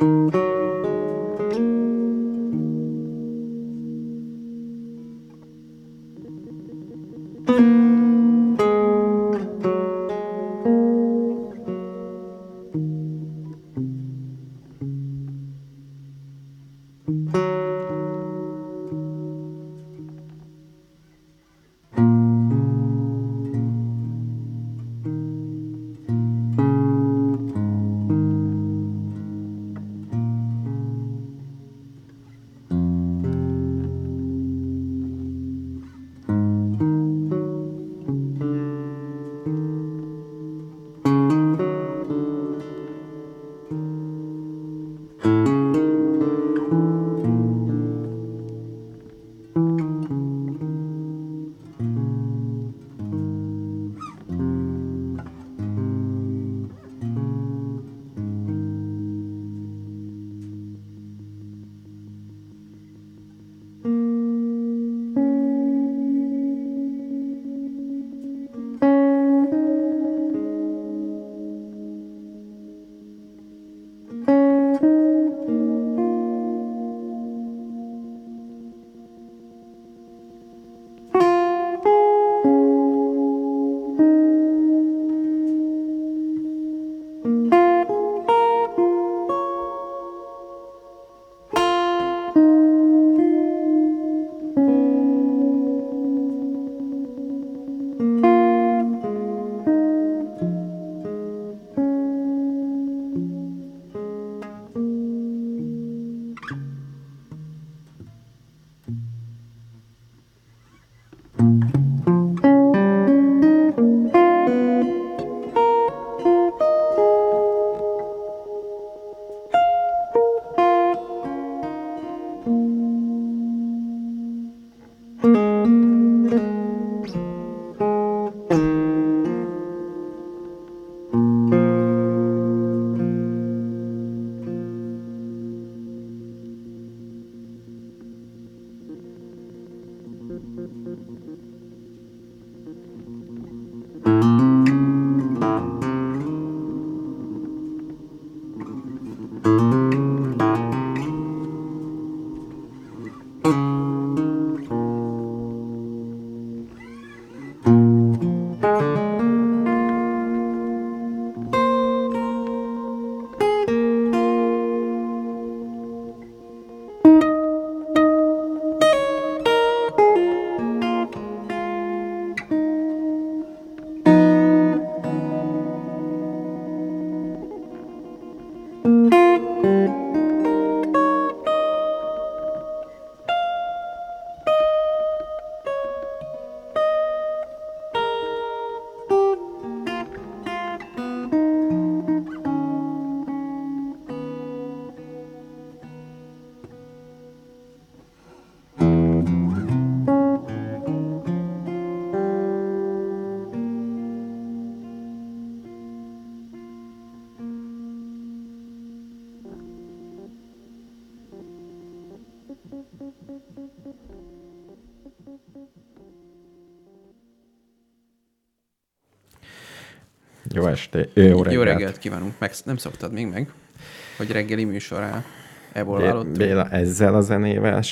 Jó estét, jó reggelt kívánunk. Nem szoktad még meg, hogy reggeli műsorá evolválódtunk? Béla, ezzel a zenével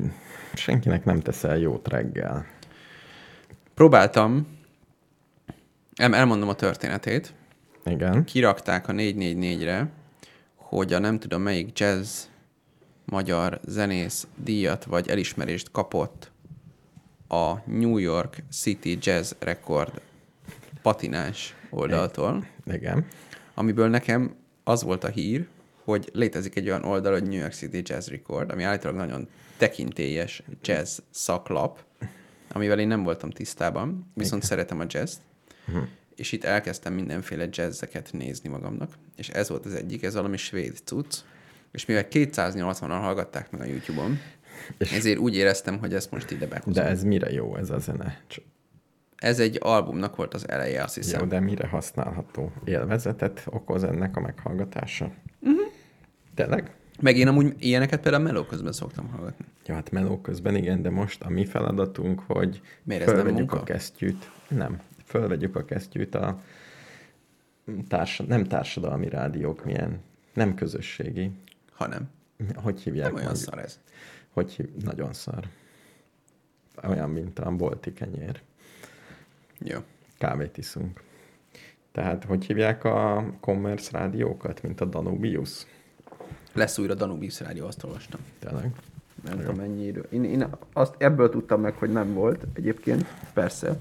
senkinek nem teszel jót reggel. Próbáltam, elmondom a történetét. Igen. Kirakták a 444-re, hogy a nem tudom melyik jazz magyar zenész díjat vagy elismerést kapott a New York City Jazz Record patinás oldaltól. Igen. Amiből nekem az volt a hír, hogy létezik egy olyan oldal, hogy New York City Jazz Record, ami általában nagyon tekintélyes jazz szaklap, amivel én nem voltam tisztában, viszont szeretem a jazzt, és itt elkezdtem mindenféle jazzeket nézni magamnak, és ez volt az egyik, ez valami svéd cucc, és mivel 280-an hallgatták meg a YouTube-on, ezért úgy éreztem, hogy ezt most ide behozom. De ez mire jó ez a zene? Ez egy albumnak volt az eleje, azt hiszem. Jó, de mire használható? Élvezetet okoz ennek a meghallgatása? Tényleg? Meg én amúgy ilyeneket például meló közben szoktam hallgatni. Ja, hát meló közben igen, de most a mi feladatunk, hogy fölvegyük a kesztyűt. Nem, fölvegyük a kesztyűt a nem társadalmi rádiók, milyen, nem közösségi. Hanem. Hogy hívják? Nem olyan meg? szar ez. Nagyon szar. Olyan, mint a bolti kenyér. Jó. Kávét iszunk. Tehát, hogy hívják a commerce rádiókat, mint a Danubius? Lesz újra Danubius rádió, azt olvastam. Tényleg? Nem tudom mennyi idő. Én azt ebből tudtam meg, hogy nem volt egyébként, persze.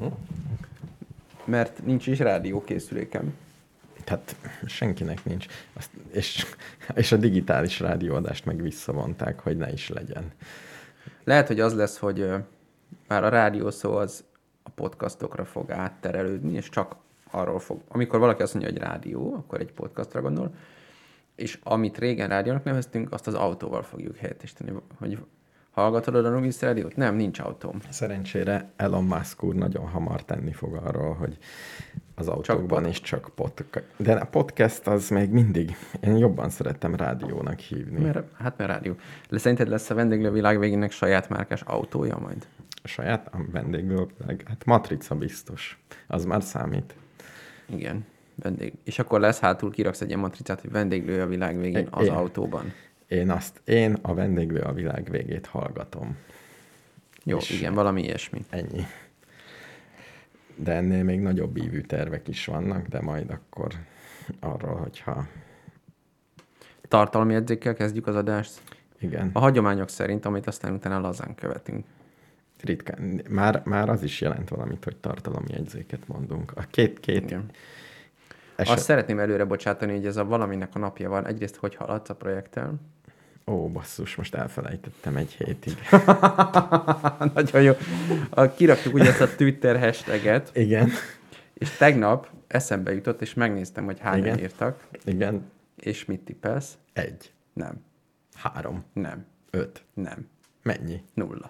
Mert nincs is rádiókészülékem. Tehát senkinek nincs. És a digitális rádióadást meg visszavonták, hogy ne is legyen. Lehet, hogy az lesz, hogy már a rádió szó az a podcastokra fog átterelődni, és csak arról fog... Amikor valaki azt mondja, hogy rádió, akkor egy podcastra gondol, és amit régen rádiónak neveztünk, azt az autóval fogjuk helyettesíteni. Hogy hallgatod a Danubius rádiót? Nem, nincs autóm. Szerencsére Elon Musk úr nagyon hamar tenni fog arról, hogy az autókban is csak podcast. De a podcast az még mindig, én jobban szeretem rádiónak hívni. Mert rádió. Szerinted lesz a vendéglő világ végének saját márkás autója majd? A saját vendéglő, hát Matrica biztos. Az már számít. Igen, És akkor lesz hátul, kiraksz egy ilyen matricát, hogy vendéglő a világ végén az autóban. Én a vendéglő a világ végét hallgatom. Jó, és igen, valami ilyesmi. Ennyi. De ennél még nagyobb ívű tervek is vannak, de majd akkor arról, hogyha... Tartalmi jegyzékkel kezdjük az adást. Igen. A hagyományok szerint, amit aztán utána lazán követünk. Ritkán. Már az is jelent valamit, hogy tartalmi jegyzéket mondunk. A két Igen. Azt szeretném előre bocsátani, hogy ez a valaminek a napja van. Egyrészt, hogy haladsz a projekttel? Ó, basszus, most elfelejtettem egy hétig. Nagyon jó. Kiraktuk ugye ezt a Twitter hashtaget. Igen. És tegnap eszembe jutott, és megnéztem, hogy hányan írtak. Igen. És mit tippelsz? 1. Nem. 3. Nem. 5. Nem. Mennyi? 0.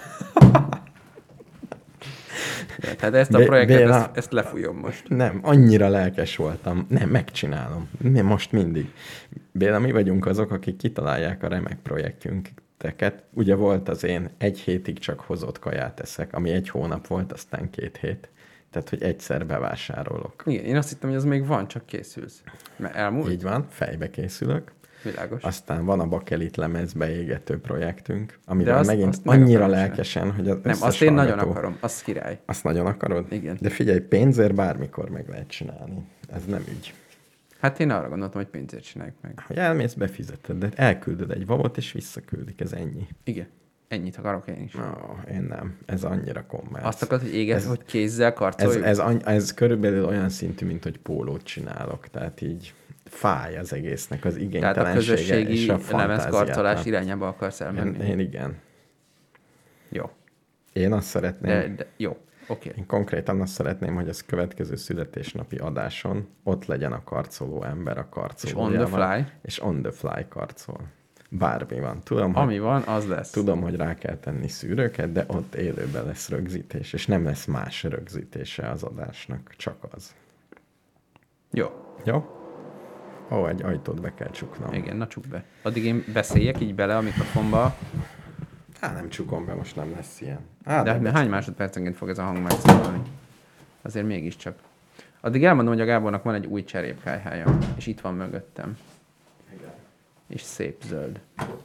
Tehát ezt a projektet, ezt lefújom most. Nem, annyira lelkes voltam. Nem, megcsinálom. Most mindig. Béla, mi vagyunk azok, akik kitalálják a remek projektjünket. Ugye volt az én 1 hétig csak hozott kaját eszek, ami 1 hónap volt, aztán 2 hét. Tehát, hogy egyszer bevásárolok. Igen, én azt hittem, hogy az még van, csak készülsz. Mert elmúlt? Így van, fejbe készülök. Világos. Aztán van a bakelit lemez beégető projektünk, amivel megint annyira lelkesen, hogy az nem, azt én nagyon akarom, az király. Azt nagyon akarod? Igen. De figyelj, pénzért bármikor meg lehet csinálni. Ez nem ügy. Hát én arra gondoltam, hogy pénzért csináljuk meg. Hogy elmész, befizeted, de elküldöd egy vavot, és visszaküldik, ez ennyi. Igen. Ennyit akarok én is. Én nem. Ez annyira kommersz. Azt akarod, hogy hogy kézzel karcoljuk? Ez körülbelül olyan szintű, mint hogy pólót csinálok. Tehát így fáj az egésznek az igénytelensége és a fantáziátlan. Tehát a közösségi lemezkarcolás irányába akarsz elmenni. Én igen. Jó. Én azt szeretném... De jó, oké. Én konkrétan azt szeretném, hogy az következő születésnapi adáson ott legyen a karcoló ember a karcolójával. És on the fly. És on the fly karcol. Bármi van. Tudom, ami van, az lesz. Tudom, hogy rá kell tenni szűrőket, de ott élőben lesz rögzítés, és nem lesz más rögzítése az adásnak, csak az. Jó. Jó? Ó, egy ajtót be kell csuknom. Igen, na csuk be. Addig én beszéljek így bele a mikrofonba. Nem csukom be, most nem lesz ilyen. De hány másodpercenként fog ez a hang megszólalni? Azért mégiscsak. Addig elmondom, hogy a Gábornak van egy új cserépkályhája, és itt van mögöttem. Igen. És szép zöld.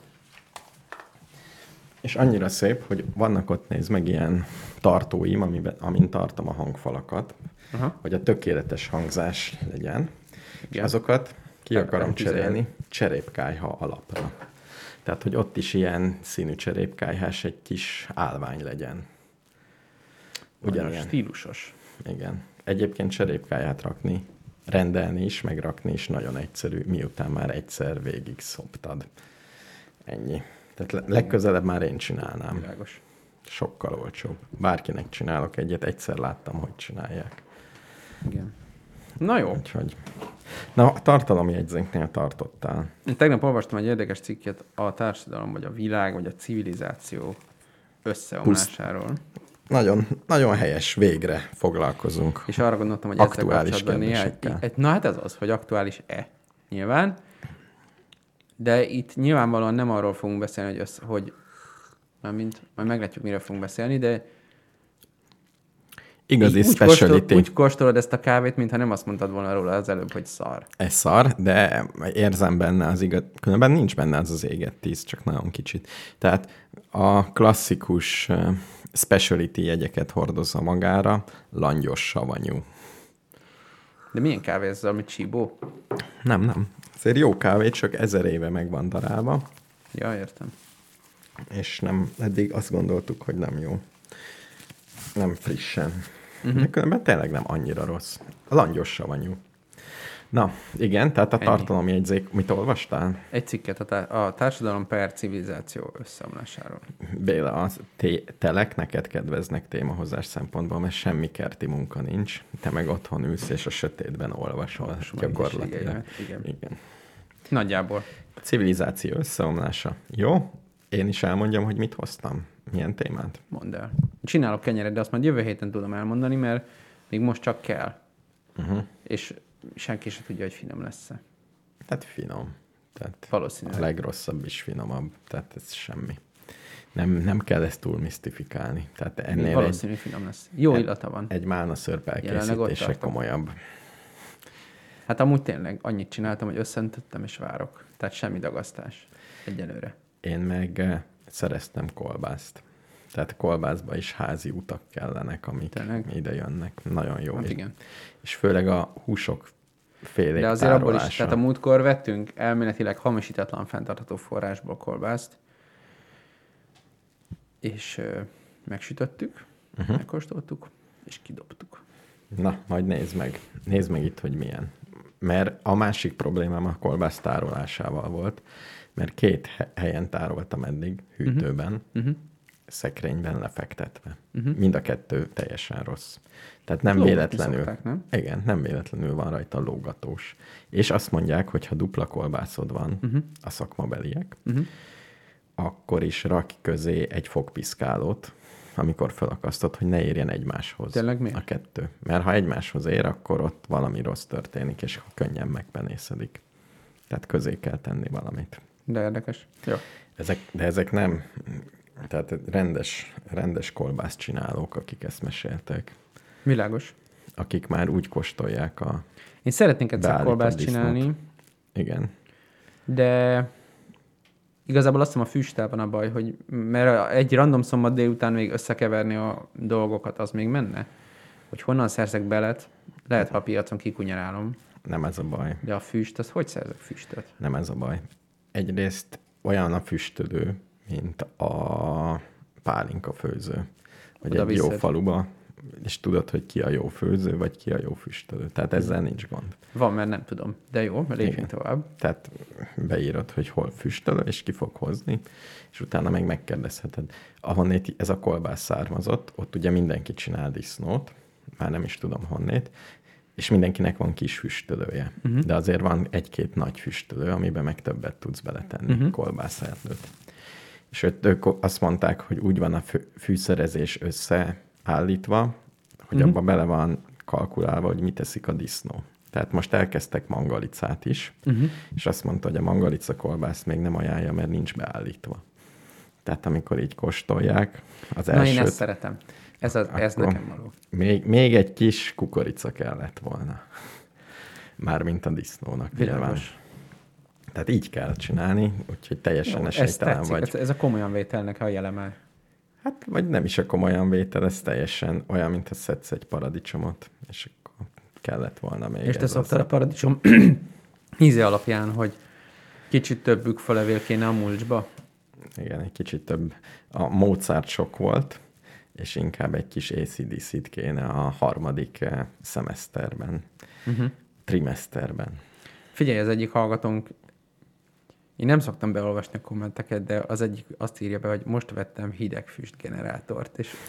És annyira szép, hogy vannak ott, nézd meg, ilyen tartóim, amin tartom a hangfalakat, hogy a tökéletes hangzás legyen. Igen. És azokat ki akarom cserélni cserépkályha alapra. Tehát, hogy ott is ilyen színű cserépkályhás egy kis állvány legyen. Ugyanilyen. Stílusos. Igen. Egyébként cserépkályhát rakni, rendelni is, megrakni is nagyon egyszerű, miután már egyszer végig szoptad. Ennyi. Tehát legközelebb már én csinálnám. Világos. Sokkal olcsóbb. Bárkinek csinálok egyet, egyszer láttam, hogy csinálják. Igen. Na jó. Úgyhogy... Na, a tartalomjegyzénknél tartottál. Én tegnap olvastam egy érdekes cikket a társadalom, vagy a világ, vagy a civilizáció összeomlásáról. Nagyon, nagyon helyes, végre foglalkozunk. És arra gondoltam, hogy aktuális kérdésekkel. Na hát ez az, hogy aktuális-e. Nyilván. De itt nyilvánvalóan nem arról fogunk beszélni, hogy majd meglátjuk, mire fogunk beszélni, de Igazi speciality. Úgy kóstolod ezt a kávét, mintha nem azt mondtad volna róla az előbb, hogy szar. Ez szar, de érzem benne az igaz... Különben nincs benne az égett tíz, csak nagyon kicsit. Tehát a klasszikus speciality jegyeket hordozza magára, langyos savanyú. De milyen kávé ez, ami csíbó? Nem. Ezért jó kávé, csak 1000 éve meg van darálva. Ja, értem. És nem, eddig azt gondoltuk, hogy nem jó. Nem frissen. De különben tényleg nem annyira rossz. A langyos savanyú. Na, igen, tehát a tartalomjegyzék, mit olvastál? Egy cikket a társadalom per civilizáció összeomlásáról. Béla, az telek neked kedveznek témahozás szempontból, mert semmi kerti munka nincs. Te meg otthon ülsz, és a sötétben olvasol gyakorlatilag. Igen. Nagyjából. A civilizáció összeomlása. Jó? Én is elmondjam, hogy mit hoztam. Milyen témát? Mondd el. Csinálok kenyeret, de azt majd jövő héten tudom elmondani, mert még most csak kell. És senki se tudja, hogy finom lesz-e. Tehát finom. Tehát valószínűleg. A legrosszabb is finomabb. Tehát ez semmi. Nem kell ezt túl misztifikálni. Tehát ennél valószínű finom lesz. Jó illata van. Egy málnaszörp elkészítése komolyabb. Hát amúgy tényleg annyit csináltam, hogy összentöttem és várok. Tehát semmi dagasztás egyelőre. Én meg szereztem kolbászt. Tehát kolbászba is házi utak kellenek, amik ide jönnek. Nagyon jó. Hát igen. És főleg a húsok félék de azért abból is, tehát a múltkor vettünk elméletileg hamisítatlan fenntartható forrásból kolbászt, és megsütöttük, megkóstoltuk, és kidobtuk. Na, majd nézd meg. Nézd meg itt, hogy milyen. Mert a másik problémám a kolbász tárolásával volt, mert 2 helyen tároltam eddig, hűtőben, szekrényben lefektetve. Mind a 2 teljesen rossz. Tehát nem véletlenül. Szokták, nem? Igen, nem véletlenül van rajta lógatós. És azt mondják, hogy ha dupla kolbászod van, a szakmabeliek, akkor is rakj közé egy fogpiszkálót, amikor felakasztod, hogy ne érjen egymáshoz. Tényleg miért? A 2. Mert ha egymáshoz ér, akkor ott valami rossz történik, és könnyen megpenészedik. Tehát közé kell tenni valamit. De érdekes. Jó. Ezek nem... Tehát rendes kolbászt csinálók, akik ezt meséltek. Világos. Akik már úgy kóstolják a... Én szeretnék egyszer kolbászt csinálni. Igen. De igazából azt hiszem a füsttel van a baj, hogy mert egy random szombat délután még összekeverni a dolgokat, az még menne. Hogy honnan szerzek belet, lehet, ha a piacon kikunyarálom. Nem ez a baj. De a füst, az hogy szerzek füstöt? Nem ez a baj. Egyrészt olyan a füstölő, mint a pálinka főző. Vagy oda egy viszed. Jó faluba, és tudod, hogy ki a jó főző, vagy ki a jó füstölő. Tehát ezzel nincs gond. Van, mert nem tudom. De jó, mert lépjünk tovább. Tehát beírod, hogy hol füstölő, és ki fog hozni, és utána meg megkérdezheted. Ahonnét ez a kolbász származott, ott ugye mindenki csinál disznót, már nem is tudom honnét, és mindenkinek van kis füstölője. De azért van 1-2 nagy füstölő, amiben meg többet tudsz beletenni kolbászerdőt. És ők azt mondták, hogy úgy van a fűszerezés összeállítva, hogy abban bele van kalkulálva, hogy mit teszik a disznó. Tehát most elkezdtek mangalicát is, és azt mondta, hogy a mangalica kolbászt még nem ajánlja, mert nincs beállítva. Tehát amikor így kóstolják, az elsőt... Na, én ezt szeretem. Ez nekem való. Még egy kis kukorica kellett volna. Mármint a disznónak. Világos. Tehát így kell csinálni, úgyhogy teljesen esélytelen vagy. Ez a komolyan vételnek a jeleme. Hát, vagy nem is a komolyan vétel, ez teljesen olyan, mint ha szedsz egy paradicsomot, és akkor kellett volna még. És te szoktad a paradicsom íze alapján, hogy kicsit több bükfalevél kéne a mulcsba? Igen, egy kicsit több. A Mozart sok volt, és inkább egy kis AC/DC-t kéne a 3. szemeszterben, trimeszterben. Figyelj, az egyik hallgatónk, én nem szoktam beolvasni a kommenteket, de az egyik azt írja be, hogy most vettem hideg füstgenerátort, és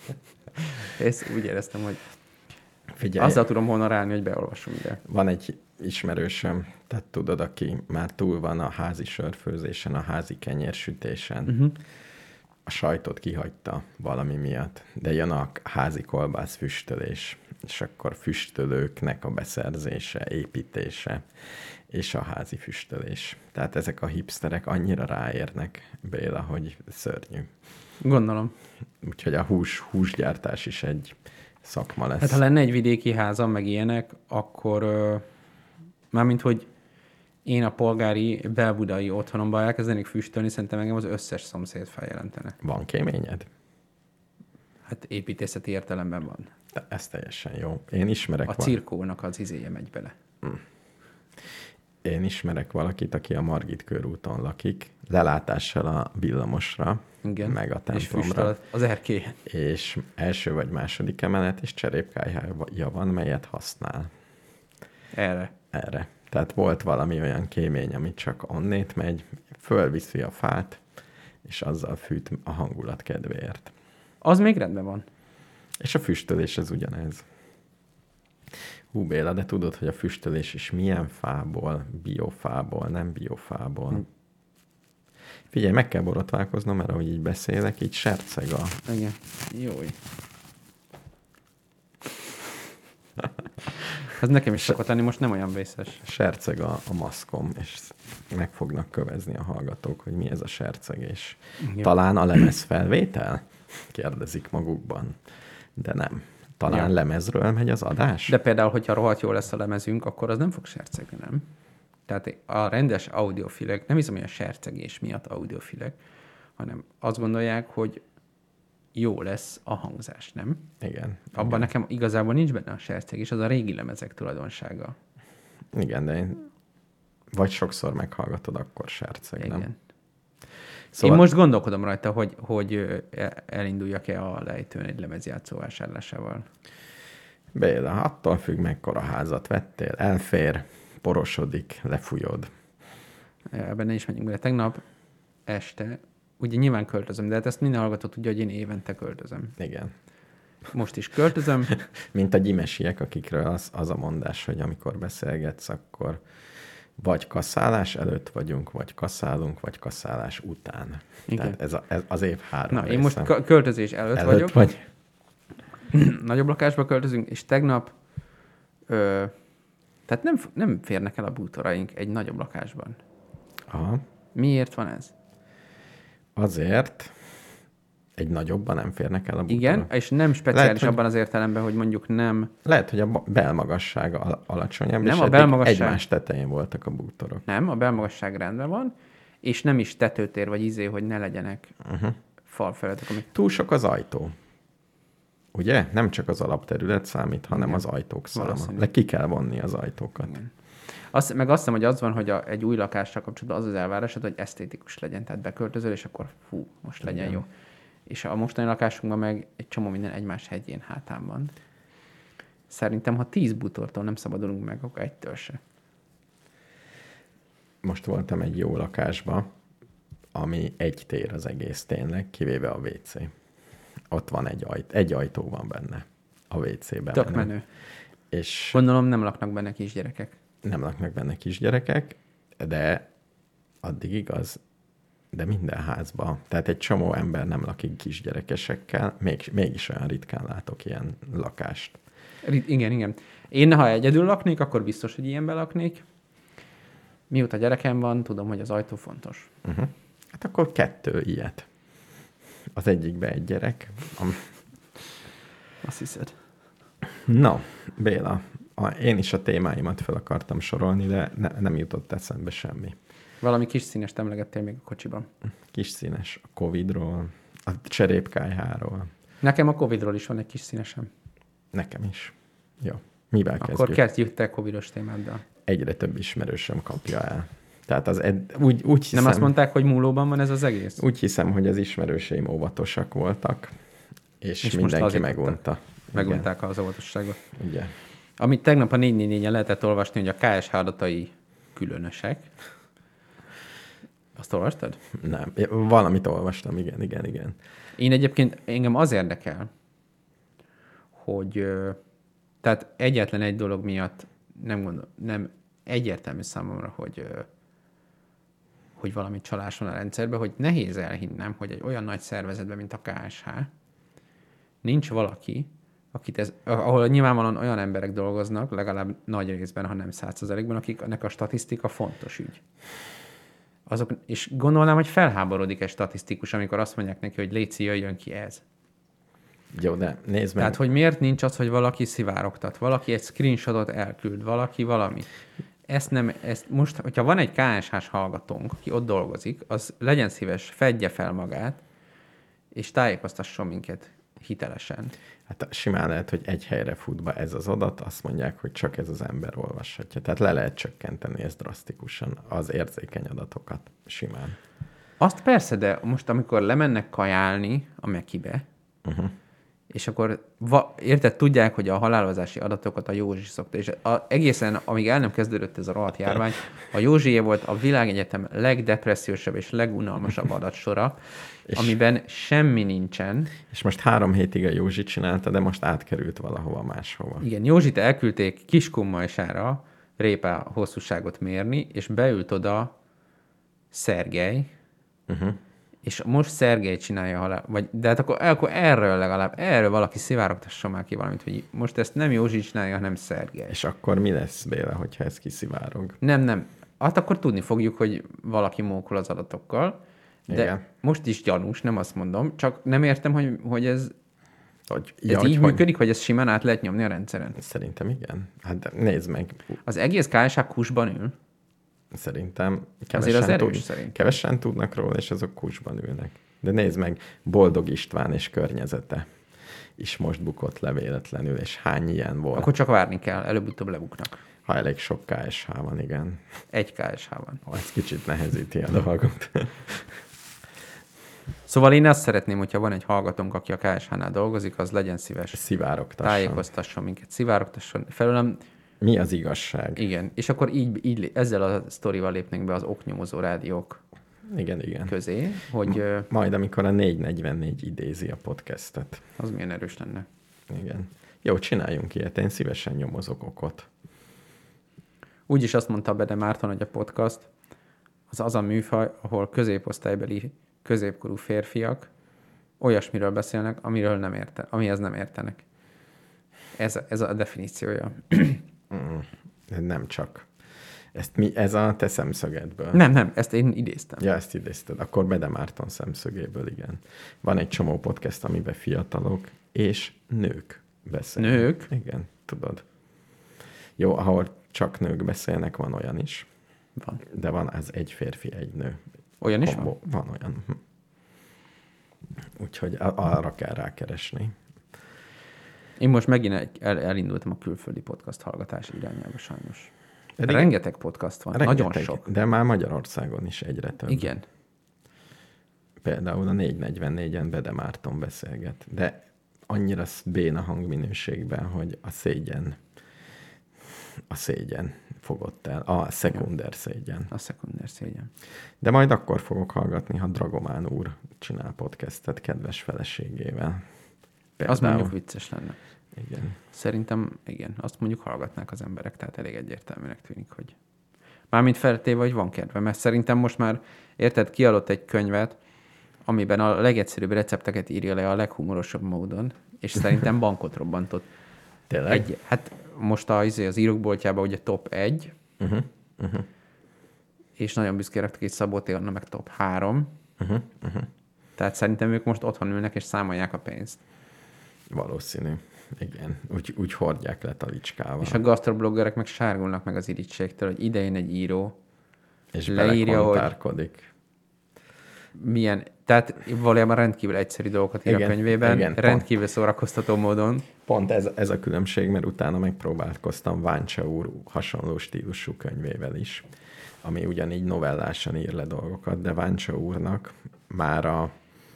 úgy éreztem, hogy figyelj, azzal tudom honorálni, hogy beolvasom ide. Van egy ismerősöm, tehát tudod, aki már túl van a házi sörfőzésen, a házi kenyérsütésen, a sajtot kihagyta valami miatt, de jön a házi kolbász füstölés, és akkor füstölőknek a beszerzése, építése, és a házi füstölés. Tehát ezek a hipsterek annyira ráérnek, Béla, hogy szörnyű. Gondolom. Úgyhogy a húsgyártás is egy szakma lesz. Hát ha lenne egy vidéki házam, meg ilyenek, akkor mármint, hogy én a polgári belbudai otthonomban elkezdenék füstölni, szerintem engem az összes szomszéd feljelentene. Van kéményed? Hát építészeti értelemben van. De ez teljesen jó. Én ismerek A cirkónak az izéje megy bele. Én ismerek valakit, aki a Margit körúton lakik, lelátással a villamosra, igen. meg a És templomra. az erkélyen. És első vagy második emelet, és cserépkályhája van, melyet használ. Erre. Tehát volt valami olyan kémény, ami csak onnét megy, fölviszi a fát, és azzal fűt a hangulat kedvéért. Az még rendben van. És a füstölés ez ugyanez. Hú, Béla, de tudod, hogy a füstölés is milyen fából, biofából, nem biofából. Figyelj, meg kell borotválkoznom, mert ahogy így beszélek, így serceg a... Igen. Jój. Ez nekem is szokott lenni, most nem olyan vészes. Serceg a maszkom, és meg fognak kövezni a hallgatók, hogy mi ez a sercegés. Talán a lemezfelvétel? Kérdezik magukban. De nem. Talán lemezről megy az adás? De például, hogyha rohadt jó lesz a lemezünk, akkor az nem fog sercegni, nem? Tehát a rendes audiofilek, nem hiszem, hogy a sercegés miatt audiofilek, hanem azt gondolják, hogy jó lesz a hangzás, nem? Igen. Abban igen. nekem igazából nincs benne a sercegés, az a régi lemezek tulajdonsága. Igen, de én vagy sokszor meghallgatod, akkor serceg, Igen. nem? Szóval... Én most gondolkodom rajta, hogy elinduljak-e a lejtőn egy lemezjátszó vásárlásával. Béla, attól függ, mekkora házat vettél. Elfér, porosodik, lefújod. Ebben ne is menjünk bele. Tegnap este, ugye nyilván költözöm, de hát ezt minden hallgató tudja, hogy én évente költözöm. Igen. Most is költözöm. Mint a gyimesiek, akikről az a mondás, hogy amikor beszélgetsz, akkor vagy kaszálás előtt vagyunk, vagy kaszálunk, vagy kaszálás után. Igen. Tehát ez az év 3 Na, része. én most költözés előtt vagyok. Vagy? Nagyobb lakásba költözünk, és tegnap tehát nem férnek el a bútoraink egy nagyobb lakásban. Aha. Miért van ez? Azért egy nagyobban nem férnek el a bútorok. Igen, és nem speciális Lehet, abban az értelemben, hogy mondjuk nem... Lehet, hogy a belmagassága alacsonyabb, Nem, és a belmagasság... egymás tetején voltak a bútorok. Nem, a belmagasság rendben van, és nem is tetőtér vagy izé, hogy ne legyenek falfeletek. Amik... Túl sok az ajtó. Ugye? Nem csak az alapterület számít, hanem az ajtók száma. De ki kell vonni az ajtókat. Igen. Meg azt hiszem, hogy az van, hogy egy új lakással kapcsolatban az az elvárásod, hogy esztétikus legyen. Tehát beköltözöl, és akkor most legyen jó. És a mostani lakásunkban meg egy csomó minden egymás hegyén hátán van. Szerintem, ha 10 bútortól nem szabadulunk meg, akkor egytől se. Most voltam egy jó lakásba, ami egy tér az egész tényleg, kivéve a WC. Ott van egy ajtó van benne a WC-ben. Tök menő. És gondolom nem laknak benne kisgyerekek. Nem laknak benne kisgyerekek, de addig igaz, de minden házban. Tehát egy csomó ember nem lakik kisgyerekesekkel, mégis olyan ritkán látok ilyen lakást. Igen. Én, ha egyedül laknék, akkor biztos, hogy ilyenben laknék. Mióta gyerekem van, tudom, hogy az ajtó fontos. Hát akkor 2 ilyet. Az egyikbe egy gyerek. Azt hiszed. No, Béla, én is a témáimat fel akartam sorolni, de nem jutott eszembe semmi. Valami kis színest emlegettél még a kocsiban. Kis színes a Covid-ról, a cserépkályháról. Nekem a Covid-ról is van egy kis színesem. Nekem is. Jó. Mivel kezdjük? Akkor kezdjük te Covid-os témáddal. Egyre több ismerősöm kapja el. Tehát úgy hiszem... Nem azt mondták, hogy múlóban van ez az egész? Úgy hiszem, hogy az ismerőseim óvatosak voltak, és mindenki megunta. Megunták az óvatosságot. Ugye. Amit tegnap a 444-en lehetett olvasni, hogy a KSH adatai különösek. Azt olvastad? Nem. Valamit olvastam, igen. Én egyébként, engem az érdekel, hogy tehát egyetlen egy dolog miatt nem egyértelmű számomra, hogy valami csalás van a rendszerben, hogy nehéz elhinnem, hogy egy olyan nagy szervezetben, mint a KSH, nincs valaki, ahol nyilvánvalóan olyan emberek dolgoznak, legalább nagy részben, ha nem 100%-ban, akiknek a statisztika fontos ügy. És gondolnám, hogy felháborodik egy statisztikus, amikor azt mondják neki, hogy léci, jöjjön ki ez. Jó, de nézd meg. Tehát, hogy miért nincs az, hogy valaki szivárogtat, valaki egy screenshotot elküld, valaki valami. Ezt most, hogyha van egy KSH-s hallgatónk, aki ott dolgozik, az legyen szíves, fedje fel magát, és tájékoztasson minket hitelesen. Hát simán lehet, hogy egy helyre fut be ez az adat, azt mondják, hogy csak ez az ember olvashatja. Tehát le lehet csökkenteni ezt drasztikusan, az érzékeny adatokat simán. Azt persze, de most amikor lemennek kajálni a Mekibe, és akkor érted, tudják, hogy a halálozási adatokat a Józsi szokta, és egészen, amíg el nem kezdődött ez a rohadt járvány, a Józsié volt a világegyetem legdepressziósabb és legunalmasabb adatsora, amiben semmi nincsen. És most 3 hétig a Józsi csinálta, de most átkerült valahova máshova. Igen, Józsit elküldték Kiskunmajsára répá hosszúságot mérni, és beült oda Szergej, és most Szergej csinálja de hát akkor erről valaki szivárogtasson már ki valamit, hogy most ezt nem Józsi csinálja, hanem Szergej. És akkor mi lesz, Béla, hogyha ez kiszivárog? Nem. Hát akkor tudni fogjuk, hogy valaki mókol az adatokkal, de igen. Most is gyanús, nem azt mondom, csak nem értem, hogy ez így működik, hogy ez simán át lehet nyomni a rendszeren. Szerintem igen. Hát nézd meg. Az egész KSH kusban ül. Szerintem kevesen tudnak róla, és azok kusban ülnek. De nézd meg, Boldog István és környezete is most bukott le véletlenül, és hány ilyen volt. Akkor csak várni kell, előbb-utóbb lebuknak. Ha elég sok KSH van, igen. Egy KSH van. Ez kicsit nehezíti a dolgot. Szóval én azt szeretném, hogyha van egy hallgatónk, aki a KSH-nál dolgozik, az legyen szíves. Szivárogtasson. Tájékoztasson minket, szivárogtasson. Felőlem. Mi az igazság? Igen, és akkor így ezzel a sztorival lépnénk be az oknyomozó rádiók igen. közé, hogy... Majd, amikor a 444 idézi a podcastet. Az milyen erős lenne. Igen. Jó, csináljunk ilyet, én szívesen nyomozok okot. Úgyis azt mondta Bede Márton, hogy a podcast az a műfaj, ahol középosztálybeli középkorú férfiak olyasmiről beszélnek, amihez nem értenek. Ez a definíciója. Nem csak. Ez a te szemszögedből. Nem, ezt én idéztem. Ja, ezt idézted. Akkor Bede Márton szemszögéből, igen. Van egy csomó podcast, amiben fiatalok és nők beszélnek. Nők? Igen, tudod. Jó, ahol csak nők beszélnek, van olyan is. Van. De van az egy férfi, egy nő. Olyan is van? Van olyan. Úgyhogy arra kell rákeresni. Én most megint elindultam a külföldi podcast hallgatás irányába sajnos. Rengeteg podcast van, nagyon sok. De már Magyarországon is egyre több. Igen. Például a 444-en Bede Márton beszélget, de annyira béna hangminőségben, hogy a szégyen fogott el. A szekunder szégyen. A szekunder szégyen. De majd akkor fogok hallgatni, ha Dragomán úr csinál podcastet kedves feleségével. Az mondjuk vicces lenne. Igen. Szerintem igen, azt mondjuk hallgatnák az emberek, tehát elég egyértelműnek tűnik, hogy mármint feltéve, hogy van kedve, mert szerintem most már, érted, kiadott egy könyvet, amiben a legegyszerűbb recepteket írja le a leghumorosabb módon, és szerintem bankot robbantott. Tényleg? Hát most az írókboltjában ugye top 1, és nagyon büszkén raktak egy Szabó Anna meg top 3. Tehát szerintem ők most otthon ülnek és számolják a pénzt. Valószínű. Igen, úgy hordják le talicskával. És a gasztrobloggerek meg sárgulnak meg az irítségtől, hogy idején egy író és leírja, hogy milyen, tehát valójában rendkívül egyszerű dolgokat ír a könyvében, rendkívül szórakoztató módon. Pont ez a különbség, mert utána megpróbálkoztam Váncsa úr hasonló stílusú könyvével is, ami ugyanígy novellásan ír le dolgokat, de Váncsa úrnak már a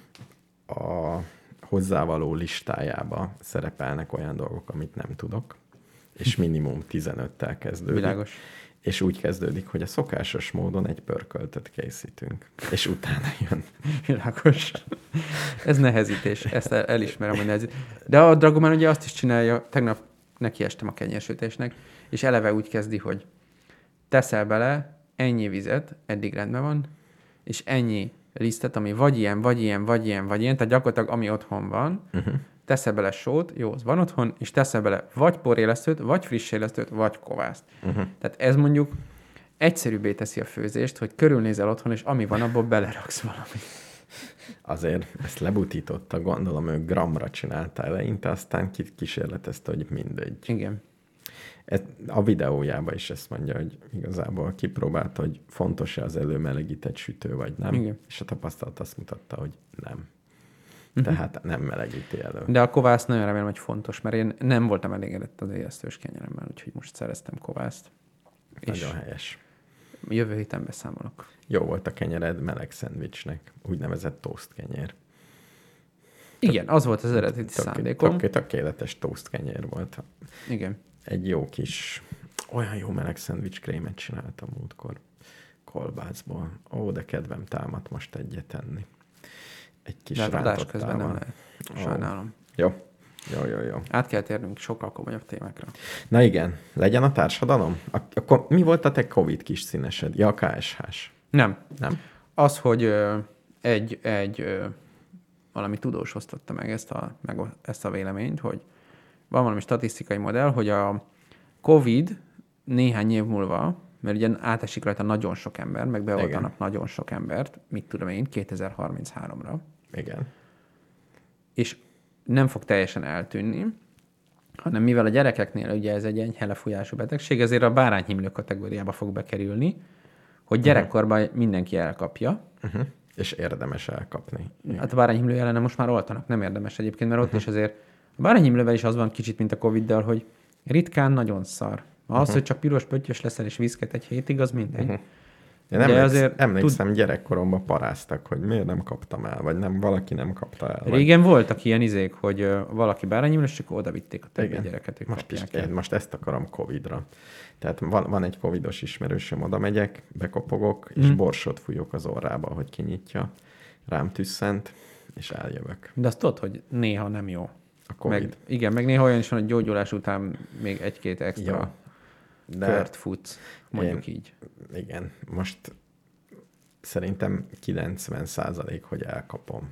hozzávaló listájába szerepelnek olyan dolgok, amit nem tudok, és minimum 15-tel kezdődik. Világos. És úgy kezdődik, hogy a szokásos módon egy pörköltet készítünk, és utána jön. Világos. Ez nehezítés, ezt elismerem, hogy nehezítés. De a Dragomán ugye azt is csinálja, tegnap nekiestem a kenyérsütésnek, és eleve úgy kezdi, hogy teszel bele ennyi vizet, eddig rendben van, és ennyi lisztet, ami vagy ilyen, tehát gyakorlatilag ami otthon van, teszel bele sót, jó, az van otthon, és teszel bele vagy porélesztőt, vagy friss élesztőt, vagy kovászt. Tehát ez mondjuk egyszerűbbé teszi a főzést, hogy körülnézel otthon, és ami van, abból beleraksz valamit. azért ezt lebutította, gondolom ő gramra csinálta eleinte, aztán kísérletezte, hogy mindegy. Igen. A videójában is ezt mondja, hogy igazából kipróbálta, hogy fontos-e az előmelegített sütő, vagy nem. Igen. És a tapasztalat azt mutatta, hogy nem. Tehát nem melegíti elő. De a kovászt nagyon remélem, hogy fontos, mert én nem voltam elégedett az éjesztős kenyeremmel, úgyhogy most szereztem kovászt. Nagyon helyes. Jövő héten beszámolok. Jó volt a kenyered meleg szendvicsnek, úgynevezett toast kenyér. Igen, az volt az eredeti szándékom. Tökéletes toast kenyér volt. Igen. Egy jó kis, olyan jó meleg szendvics krémet csináltam múltkor kolbászból. Ó, de kedvem támadt most egyet enni. Egy kis adás közben nem lehet. Sajnálom. Jó. Át kell térnünk sokkal komolyabb témákra. Na igen, legyen a társadalom? Akkor mi volt a te Covid kis színesed? Ja, a KSH-s. Nem. Nem? Az, hogy valami tudós osztotta meg ezt a véleményt, hogy van valami statisztikai modell, hogy a Covid néhány év múlva, mert ugye átesik rajta nagyon sok ember, meg beoltanak nagyon sok embert, mit tudom én, 2033-ra. Igen. És nem fog teljesen eltűnni, hanem mivel a gyerekeknél ugye ez egy enyhe lefújású betegség, ezért a bárányhimlő kategóriába fog bekerülni, hogy gyerekkorban mindenki elkapja. És érdemes elkapni. Hát a bárányhimlő ellene most már oltanak, nem érdemes egyébként, mert ott is azért a bárányhimlővel is az van kicsit, mint a Covid-dal, hogy ritkán nagyon szar. Az, hogy csak piros pöttyös leszel és viszket egy hétig, az mindegy. Én emlékszem, gyerekkoromban paráztak, hogy miért nem kaptam el, vagy nem, valaki nem kapta el. Régen voltak ilyen izék, hogy valaki bárányhimlős, és akkor oda vitték a többi gyereket, hogy én most ezt akarom Covid-ra. Tehát van egy Covidos ismerősöm, oda megyek, bekopogok, és borsot fújok az orrába, hogy kinyitja, rám tüsszent, és eljövök. De azt tudod, hogy néha nem jó. A Covid. Meg néha olyan is van, hogy gyógyulás után még egy-két extra kört futsz, mondjuk így. Igen, most szerintem 90%, hogy elkapom.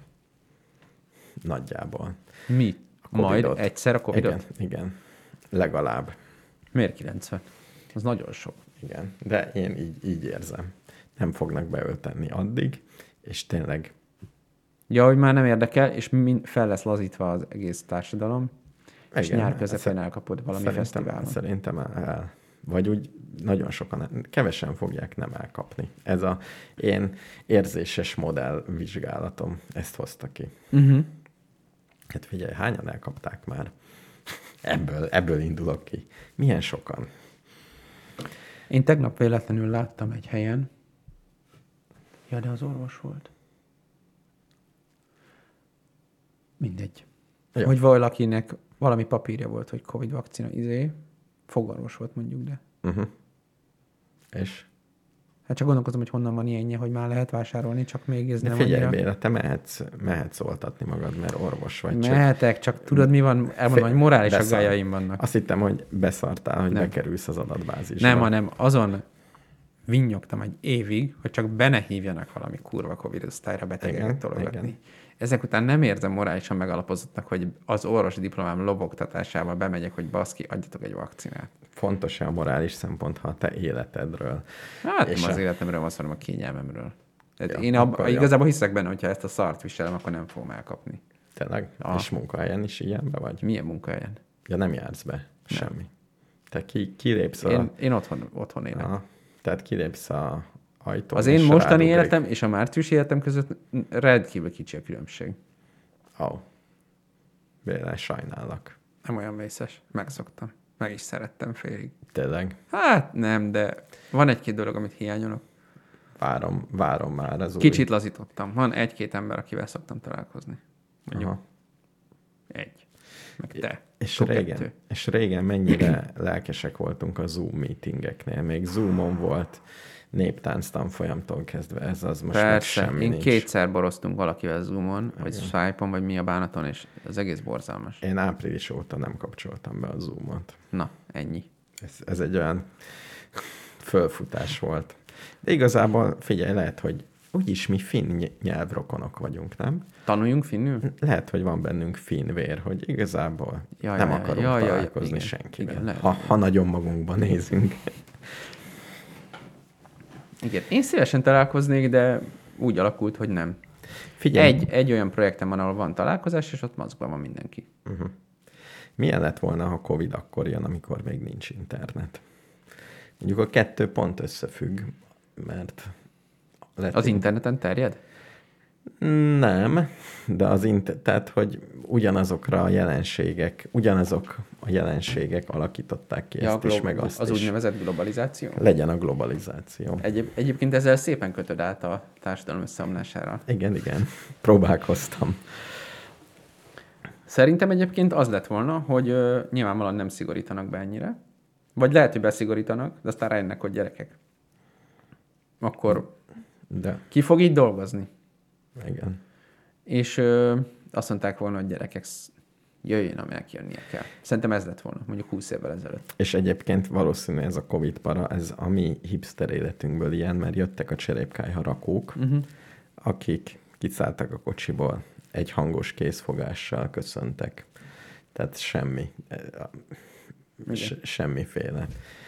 Nagyjából. Mi? Majd egyszer a Covidot? Igen. Legalább. Miért 90? Az nagyon sok. Igen, de én így érzem. Nem fognak beölteni addig, és tényleg... Ja, hogy már nem érdekel, és fel lesz lazítva az egész társadalom, és nyár közepén elkapod valami fesztiválon. Szerintem el. Vagy úgy nagyon sokan, kevesen fogják nem elkapni. Ez a én érzéses modell vizsgálatom ezt hozta ki. Hát figyelj, hányan elkapták már? Ebből indulok ki. Milyen sokan? Én tegnap véletlenül láttam egy helyen. Ja, de az orvos volt. Mindegy. Jó. Hogy valakinek valami papírja volt, hogy Covid vakcina fogorvos volt mondjuk, de. És? Hát csak gondolkozom, hogy honnan van ilyenje, hogy már lehet vásárolni, csak még ez de nem figyelj, annyira... Béla, te mehetsz oltatni magad, mert orvos vagy. Mehetek, csak tudod mi van? Elmondom, hogy morális aggájaim vannak. Azt hittem, hogy beszartál, hogy bekerülsz az adatbázisba. Nem, hanem azon vinnyogtam egy évig, hogy csak be ne hívjanak valami kurva Covid-osztályra betegeket tologatni. Ezek után nem érzem morálisan megalapozottnak, hogy az orvosi diplomám lobogtatásával bemegyek, hogy baszki, adjatok egy vakcinát. Fontos-e a morális szempont, ha a te életedről? Hát és nem az életemről van szó, hanem a kényelmemről. Én igazából hiszek benne, hogyha ezt a szart viselem, akkor nem fogom elkapni. Tényleg? És munkahelyen is ilyenbe vagy? Milyen munkahelyen? Ja, nem jársz be? Semmi. Te kilépsz Én otthon élek. Aha. Tehát kilépsz a ajtón. Az én mostani életem és a márciusi életem között rendkívül kicsi a különbség. Béla, sajnállak. Nem olyan vészes. Megszoktam. Meg is szerettem félig. Tényleg? Hát nem, de van egy-két dolog, amit hiányolok. Várom már az Kicsit lazítottam. Van egy-két ember, akivel szoktam találkozni. Mondjuk egy. Meg te. És régen mennyire lelkesek voltunk a Zoom meetingeknél. Még Zoomon volt néptánc tanfolyamtól kezdve. Ez az most meg semmi nincs. Kétszer boroztunk valakivel Zoomon, vagy Skype-on, vagy mi a bánaton, és az egész borzalmas. Én április óta nem kapcsoltam be a Zoomot. Na, ennyi. Ez egy olyan fölfutás volt. De igazából figyelj, lehet, hogy úgyis mi finn nyelvrokonok vagyunk, nem? Tanuljunk finnül? Lehet, hogy van bennünk finn vér, hogy igazából nem akarunk találkozni senkivel. Igen, ha nagyon magunkban nézünk. Igen, én szívesen találkoznék, de úgy alakult, hogy nem. Figyelj. Egy olyan projektem van, ahol van találkozás, és ott maszkban van mindenki. Milyen lett volna, ha Covid akkor jön, amikor még nincs internet? Mondjuk a kettő pont összefügg, mert... Az interneten terjed? Nem, de tehát, hogy ugyanazok a jelenségek alakították ki ezt is, meg azt az is. úgynevezett globalizáció? Legyen a globalizáció. Egyébként ezzel szépen kötöd át a társadalom összeomlására. Igen, próbálkoztam. Szerintem egyébként az lett volna, hogy nyilvánvalóan nem szigorítanak be ennyire, vagy lehet, hogy beszigorítanak, de aztán rájönnek, hogy gyerekek. Akkor ki fog így dolgozni? Igen. És azt mondták volna, hogy gyerekek, jöjjön, aminek jönnie kell. Szerintem ez lett volna, mondjuk 20 évvel ezelőtt. És egyébként valószínű ez a Covid para, ez a mi hipster életünkből ilyen, mert jöttek a cserépkályha rakók, akik kiszálltak a kocsiból, egy hangos készfogással köszöntek. Tehát semmi. Semmiféle.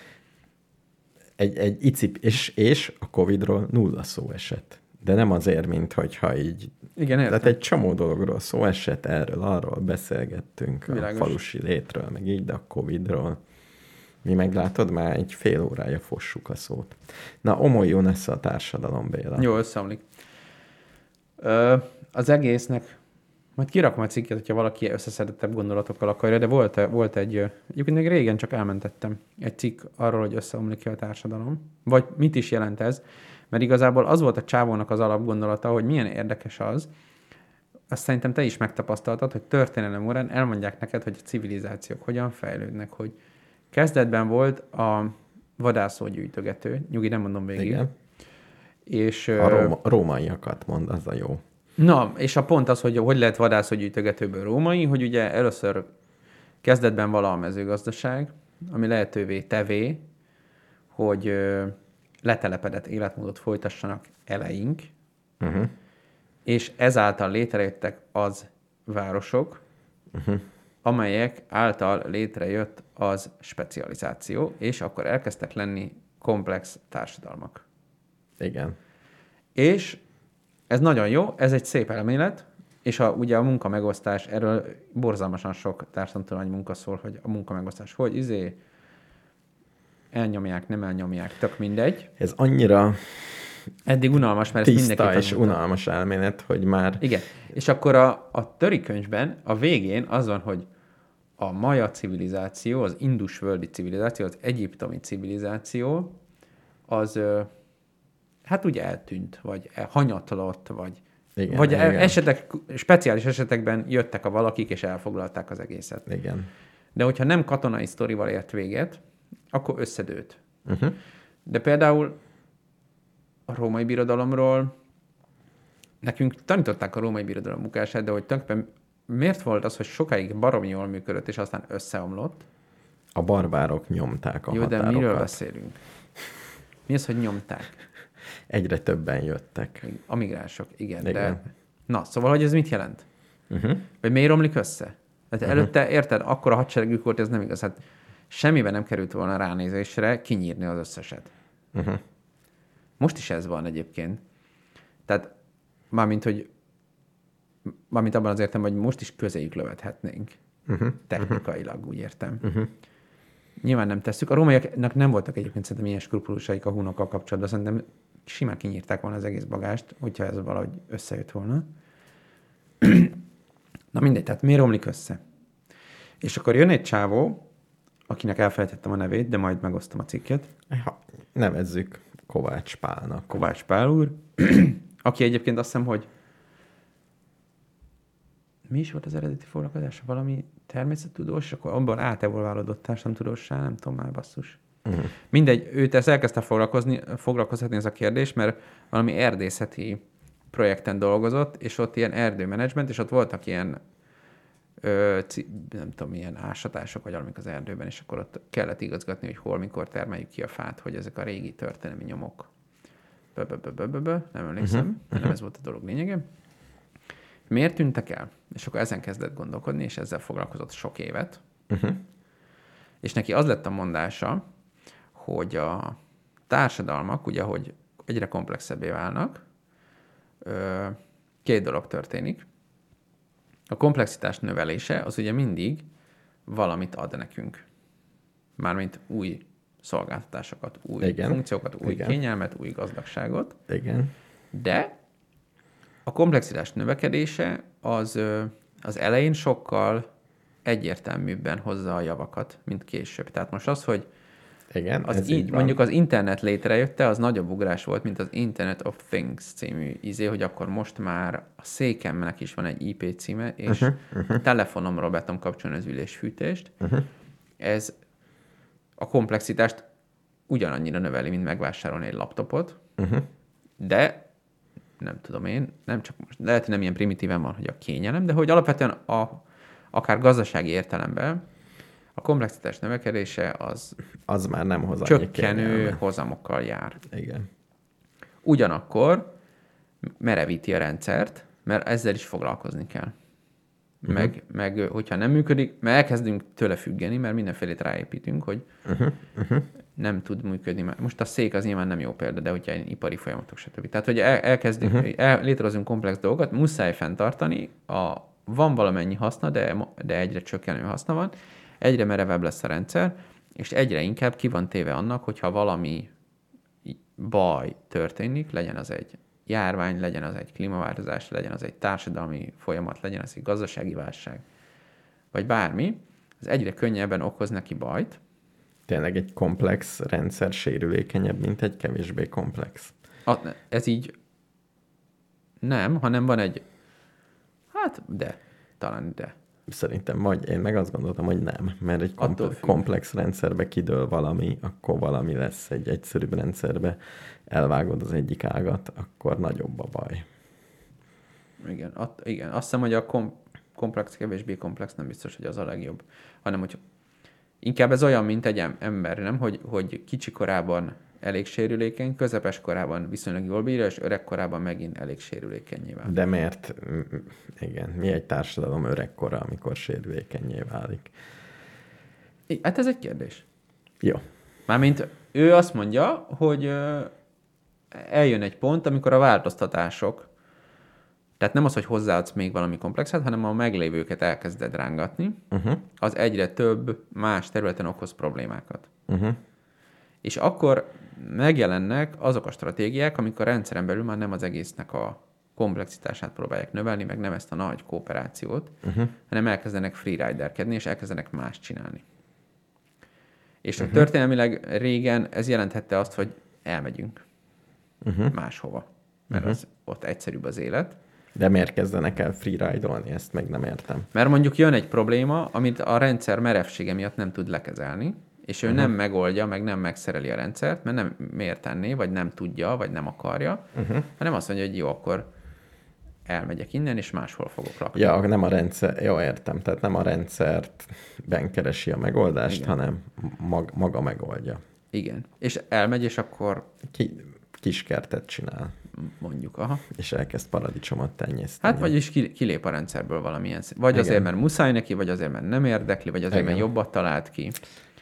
Egy icip, és a Covidról 0 szó esett. De nem azért, mint hogyha így... Igen, értem. Tehát egy csomó dologról szó esett, arról beszélgettünk, világos. A falusi létről, meg így, de a Covidról. Mi meglátod, már egy fél órája fossuk a szót. Na, omoljon össze a társadalom, Béla. Jó, összeomlik. Az egésznek, majd kirakom a cikket, hogyha valaki összeszedettebb gondolatokkal akarja, de volt egy, egyébként még régen csak elmentettem egy cikk arról, hogy összeomlik ki a társadalom. Vagy mit is jelent ez? Mert igazából az volt a csávónak az alapgondolata, hogy milyen érdekes az, azt szerintem te is megtapasztaltad, hogy történelem órán elmondják neked, hogy a civilizációk hogyan fejlődnek, hogy kezdetben volt a vadászógyűjtögető, nyugi, nem mondom végig. Igen. És, a rómaiakat mond, az a jó. Na, és a pont az, hogy lehet vadászógyűjtögetőből római, hogy ugye először kezdetben vala a mezőgazdaság, ami lehetővé tevé, hogy letelepedett életmódot folytassanak eleink, és ezáltal létrejöttek az városok, amelyek által létrejött az specializáció, és akkor elkezdtek lenni komplex társadalmak. Igen. És ez nagyon jó, ez egy szép elmélet, és ugye a munkamegosztás, erről borzalmasan sok társadalomtudományi munka szól, hogy a munkamegosztás, hogy elnyomják, nem elnyomják, tök mindegy. Ez annyira eddig unalmas, mert tiszta ezt és unalmas elmélet, hogy már... Igen, és akkor a törikönyvben a végén az van, hogy a maja civilizáció, az indus-völgyi civilizáció, az egyiptomi civilizáció, az hát ugye eltűnt, vagy hanyatlott, vagy speciális esetekben jöttek a valakik, és elfoglalták az egészet. Igen. De hogyha nem katonai sztorival ért véget, akkor összedőlt. De például a római birodalomról nekünk tanították a római birodalom bukását, de hogy tulajdonképpen miért volt az, hogy sokáig baromi jól működött, és aztán összeomlott? A barbárok nyomták a határokat. De miről beszélünk? Mi az, hogy nyomták? Egyre többen jöttek. A migránsok, igen. De... Na, szóval, hogy ez mit jelent? Vagy miért romlik össze? Tehát előtte, érted, akkora hadseregük volt, ez nem igaz. Hát semmiben nem került volna ránézésre kinyírni az összeset. Most is ez van egyébként. Tehát mármint abban az értem, hogy most is közéjük lövethetnénk. Technikailag, úgy értem. Nyilván nem tesszük. A rómaiaknak nem voltak egyébként szerintem ilyen skrupulusaik a hunokkal kapcsolatban. Szerintem simán kinyírták volna az egész bagást, hogyha ez valahogy összejött volna. Na mindegy, tehát miért romlik össze? És akkor jön egy csávó, akinek elfelejtettem a nevét, de majd megosztom a cikket. Nevezzük Kovács Pálnak. Kovács Pál úr, aki egyébként azt hiszem, hogy mi is volt az eredeti foglalkozása? Valami természettudós, akkor abban átevolválódott társadalomtudóssá, nem tudom már, basszus. Mindegy, őt ezt elkezdte foglalkoztatni ez a kérdés, mert valami erdészeti projekten dolgozott, és ott ilyen erdőmenedzsment, és ott voltak ilyen nem tudom, ilyen ásatások, vagy valamik az erdőben, és akkor ott kellett igazgatni, hogy hol, mikor termeljük ki a fát, hogy ezek a régi történelmi nyomok. Nem emlékszem, nem ez volt a dolog lényege. Miért tűntek el? És akkor ezen kezdett gondolkodni, és ezzel foglalkozott sok évet. És neki az lett a mondása, hogy a társadalmak, ugye, hogy egyre komplexebbé válnak, két dolog történik. A komplexitás növelése az ugye mindig valamit ad nekünk. Mármint új szolgáltatásokat, új funkciókat, új kényelmet, új gazdagságot. Igen. De a komplexitás növekedése az elején sokkal egyértelműbben hozza a javakat, mint később. Tehát most az, hogy mondjuk az internet létrejötte, az nagyobb ugrás volt, mint az Internet of Things című hogy akkor most már a székemnek is van egy IP címe, és a telefonomról be tudom kapcsolni az ülésfűtést. Ez a komplexitást ugyanannyira növeli, mint megvásárolni egy laptopot, de nem tudom én, nem csak most, lehet, hogy nem ilyen primitíven van, hogy a kényelem, de hogy alapvetően akár gazdasági értelemben a komplexitás növekedése az már nem hoz csökkenő hozamokkal jár. Igen. Ugyanakkor merevíti a rendszert, mert ezzel is foglalkozni kell. Meg hogyha nem működik, mert elkezdünk tőle függeni, mert mindenfélét ráépítünk, hogy nem tud működni. Most a szék az nyilván nem jó példa, de hogyha ipari folyamatok, stb. Tehát, hogy elkezdünk, létrehozunk komplex dolgokat, muszáj fenntartani, van valamennyi haszna, de egyre csökkenő haszna van, egyre merevebb lesz a rendszer, és egyre inkább ki van téve annak, hogyha valami baj történik, legyen az egy járvány, legyen az egy klímaváltozás, legyen az egy társadalmi folyamat, legyen az egy gazdasági válság, vagy bármi, az egyre könnyebben okoz neki bajt. Tényleg egy komplex rendszer sérülékenyebb, mint egy kevésbé komplex. Ez így nem, hanem van egy talán de. Szerintem én meg azt gondoltam, hogy nem, mert egy komplex rendszerbe kidől valami, akkor valami lesz. Egy egyszerűbb rendszerbe elvágod az egyik ágat, akkor nagyobb a baj. Igen, azt hiszem, hogy a komplex, kevésbé komplex nem biztos, hogy az a legjobb, hanem hogy inkább ez olyan, mint egy ember, nem? Hogy kicsi korában elég sérülékeny, közepes korában viszonylag jól bírja, és öreg korában megint elég sérülékenyé válik. De miért? Igen, mi egy társadalom öregkora, amikor sérülékenyé válik? Hát ez egy kérdés. Jó. Mármint ő azt mondja, hogy eljön egy pont, amikor a változtatások, tehát nem az, hogy hozzáadsz még valami komplexet, hanem a meglévőket elkezded rángatni, az egyre több más területen okoz problémákat. És akkor megjelennek azok a stratégiák, amikor a rendszeren belül már nem az egésznek a komplexitását próbálják növelni, meg nem ezt a nagy kooperációt, hanem elkezdenek freeriderkedni, és elkezdenek más csinálni. És történelmileg régen ez jelenthette azt, hogy elmegyünk máshova, mert ott egyszerűbb az élet. De miért kezdenek el freeride-olni? Ezt meg nem értem. Mert mondjuk jön egy probléma, amit a rendszer merevsége miatt nem tud lekezelni, és ő nem megoldja, meg nem megszereli a rendszert, mert nem miért tenné, vagy nem tudja, vagy nem akarja, hanem azt mondja, hogy jó, akkor elmegyek innen, és máshol fogok lakni. Ja, nem a rendszer, jó, értem, tehát nem a rendszerben keresi a megoldást, igen, hanem maga megoldja. Igen, és elmegy, és akkor... Kiskertet csinál. Mondjuk, aha. És elkezd paradicsomot tenyészteni. Hát vagyis kilép a rendszerből valamilyen szint. Vagy igen, azért, mert muszáj neki, vagy azért, mert nem érdekli, vagy azért, igen, mert jobbat talált ki.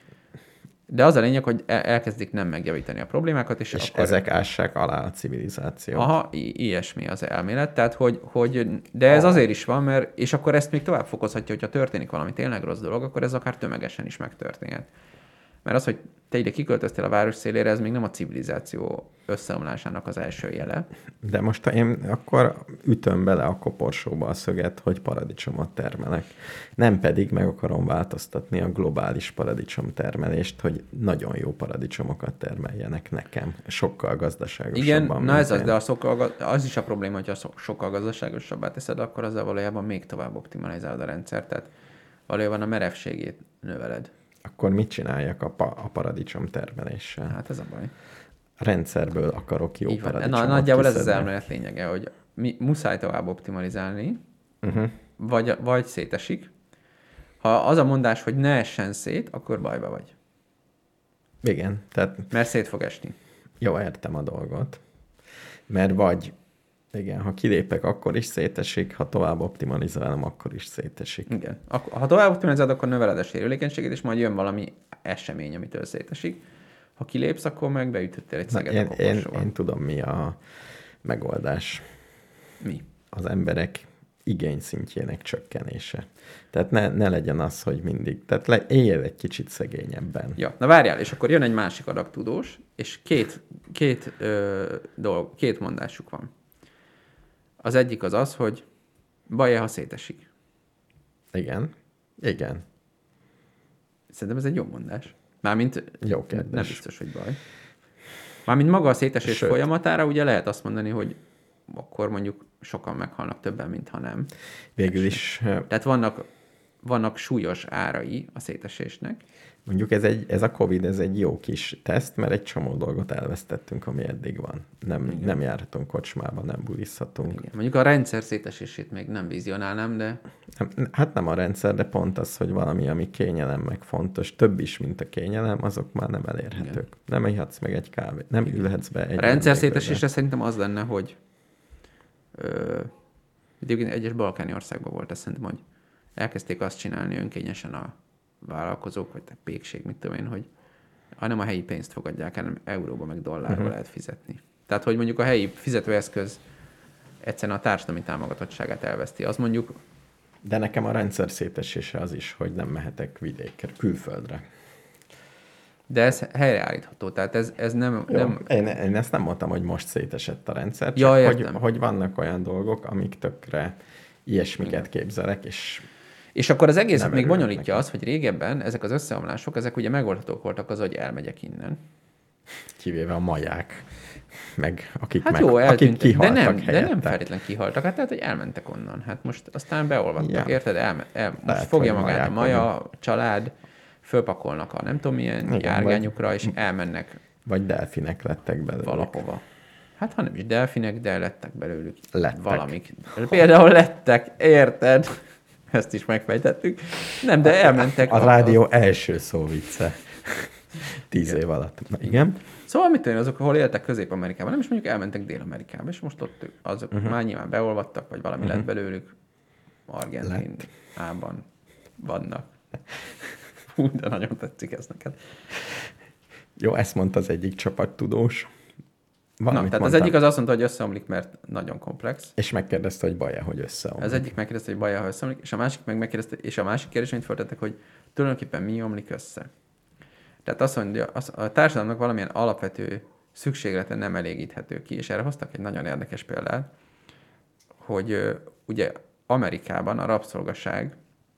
De az a lényeg, hogy elkezdik nem megjavítani a problémákat, és akkor... ezek ássák alá a civilizációt. Aha, ilyesmi az elmélet. Tehát, de ez azért is van, mert... És akkor ezt még tovább fokozhatja, hogyha történik valami tényleg rossz dolog, akkor ez akár tömegesen is megtörténhet. Mert az, hogy te ide kiköltöztél a város szélére, ez még nem a civilizáció összeomlásának az első jele. De most én akkor ütöm bele a koporsóba a szöget, hogy paradicsomot termelek. Nem pedig meg akarom változtatni a globális paradicsomtermelést, hogy nagyon jó paradicsomokat termeljenek nekem. Sokkal gazdaságosabban. Igen, na ez az, de az is a probléma, hogyha sokkal gazdaságosabbá teszed, akkor azzal valójában még tovább optimalizálod a rendszert. Tehát valójában a merevségét növeled. Akkor mit csináljak a paradicsom termeléssel? Hát ez a baj. A rendszerből akarok jó paradicsomot nagyjából ez az elmélet lényege, hogy muszáj tovább optimalizálni, vagy szétesik. Ha az a mondás, hogy ne essen szét, akkor bajba vagy. Igen. Mert szét fog esni. Jó, értem a dolgot. Mert igen, ha kilépek, akkor is szétesik, ha tovább optimalizálom, akkor is szétesik. Igen. Ha tovább optimalizálod, akkor növeled a sérülékenységet, és majd jön valami esemény, amitől szétesik. Ha kilépsz, akkor meg beütöttél egy szeget a koporsóval. Én tudom, mi a megoldás. Mi? az emberek igényszintjének csökkenése. Tehát ne legyen az, hogy mindig, tehát éljél egy kicsit szegényebben. Ja, na várjál, és akkor jön egy másik adag tudós, és két mondásuk van. Az egyik az, hogy baj-e, ha szétesik? Igen. Szerintem ez egy jó mondás. Mármint jó kérdés. Nem biztos, hogy baj. Mármint maga a szétesés folyamatára ugye lehet azt mondani, hogy akkor mondjuk sokan meghalnak többen, mint ha nem. Végül is. Tehát vannak súlyos árai a szétesésnek. Mondjuk ez a Covid, ez egy jó kis teszt, mert egy csomó dolgot elvesztettünk, ami eddig van. Nem járhatunk kocsmába, nem bulizhatunk. Igen. Mondjuk a rendszer szétesését még nem vizionálnám, de... Hát nem a rendszer, de pont az, hogy valami, ami kényelem meg fontos, több is, mint a kényelem, azok már nem elérhetők. Igen. Nem ihatsz meg egy kávét, nem ülhetsz be egy... A rendszer szétesésre szerintem az lenne, hogy egyes balkáni országban volt, azt szerintem, hogy elkezdték azt csinálni önkényesen a vállalkozók, vagy a pékség, mit tudom én, hogy nem a helyi pénzt fogadják, hanem euróba meg dollárba lehet fizetni. Tehát, hogy mondjuk a helyi fizetőeszköz egyszerűen a társadalmi támogatottságát elveszti. Az mondjuk... De nekem a rendszer szétesése az is, hogy nem mehetek vidékre, külföldre. De ez helyreállítható, tehát ez nem... Jó, nem... Én ezt nem mondtam, hogy most szétesett a rendszer, csak hogy vannak olyan dolgok, amik tökre ilyesmiket képzelek, és akkor az egészet még bonyolítja az, hogy régebben ezek az összeomlások, ezek ugye megoldhatók voltak az, hogy elmegyek innen. Kivéve a maják, meg akik kihaltak de nem feltétlenül kihaltak, hát tehát, hogy elmentek onnan. Hát most aztán beolvadtak, érted? Most fogja magát a maja, a család, fölpakolnak a nem tudom milyen járgányukra, és elmennek. Vagy delfinek lettek belőlük. Valahova. Hát ha nem is delfinek, de lettek belőlük valamik. Például lettek, érted? Ezt is megfejtettük. Nem, de elmentek. A rádió első szóvicce. 10 év alatt. Igen. Szóval mit tenni azok, ahol éltek Közép-Amerikában, nem is mondjuk elmentek Dél-Amerikába, és most ott azok már nyilván beolvadtak, vagy valami lett belőlük. Argentinában vannak. Hú, de nagyon tetszik ez neked. Jó, ezt mondta az egyik csapattudós. Tehát az egyik az azt mondta, hogy összeomlik, mert nagyon komplex. És megkérdezte, hogy baj-e, hogy összeomlik. Az egyik megkérdezte, hogy baj-e, hogy összeomlik, és a másik meg megkérdezte, és a másik kérdés, amit feltettek, hogy tulajdonképpen mi omlik össze. Tehát azt mondja, a társadalomnak valamilyen alapvető szükséglete nem elégíthető ki, és erre hoztak egy nagyon érdekes példát, hogy ugye Amerikában a rabszolgaság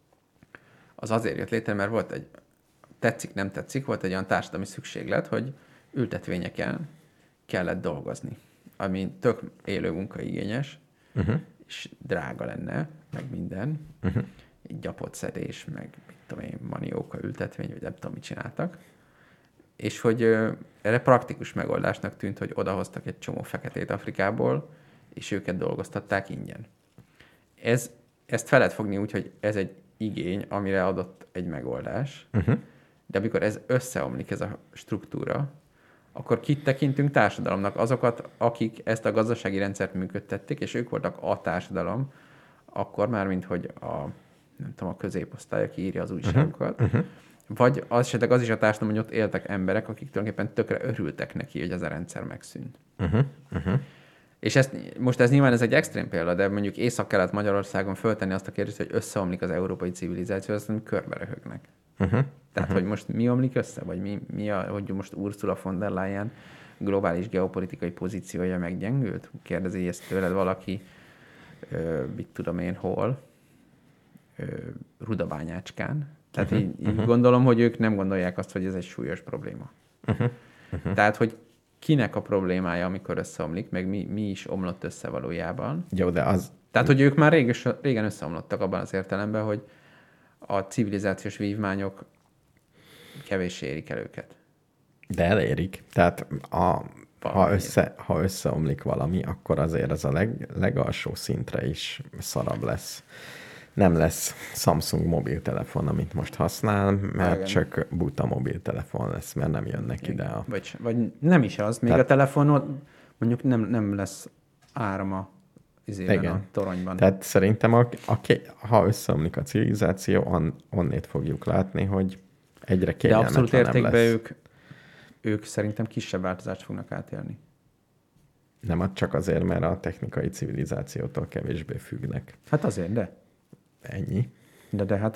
az azért jött létre, mert volt egy, tetszik, nem tetszik, volt egy olyan társadalmi szükséglet, hogy ültetvényeken kellett dolgozni, ami tök élő munkaigényes, és drága lenne, meg minden, egy gyapott szedés, meg mit tudom én, manióka ültetvény, vagy nem tudom, mit csináltak. És hogy erre praktikus megoldásnak tűnt, hogy odahoztak egy csomó feketét Afrikából, és őket dolgoztatták ingyen. Ezt fel lehet fogni úgy, hogy ez egy igény, amire adott egy megoldás, de amikor ez összeomlik, ez a struktúra, akkor kit tekintünk társadalomnak? Azokat, akik ezt a gazdasági rendszert működtették, és ők voltak a társadalom, akkor már, mint hogy a középosztály, aki írja az újságokat, vagy esetleg az is a társadalom, hogy ott éltek emberek, akik tulajdonképpen tökre örültek neki, hogy ez a rendszer megszűnt. És most ez nyilván ez egy extrém példa, de mondjuk Észak-Kelet Magyarországon föltenni azt a kérdést, hogy összeomlik az európai civilizáció, azt mondjuk körbe röhögnek. Tehát, hogy most mi omlik össze? Vagy hogy most Ursula von der Leyen globális geopolitikai pozíciója meggyengült? Kérdezi ezt tőled valaki, mit tudom én hol, Rudabányácskán. Tehát így gondolom, hogy ők nem gondolják azt, hogy ez egy súlyos probléma. Tehát, hogy kinek a problémája, amikor összeomlik, meg mi is omlott össze valójában. Jó, de az... Tehát, hogy ők már régen összeomlottak abban az értelemben, hogy a civilizációs vívmányok kevéssé érik el őket. De elérik. Tehát ha összeomlik valami, akkor azért ez a legalsó szintre is szarabb lesz. Nem lesz Samsung mobiltelefon, amit most használ, mert csak buta mobiltelefon lesz, mert nem jönnek ide. Vagy nem is az, még a telefonod mondjuk nem lesz áram a toronyban. Tehát szerintem, ha összeomlik a civilizáció, onnét fogjuk látni, hogy egyre kényelmetlenebb lesz. De abszolút értékben ők szerintem kisebb változást fognak átélni. Nem csak azért, mert a technikai civilizációtól kevésbé függnek. Hát azért, de. Ennyi. De hát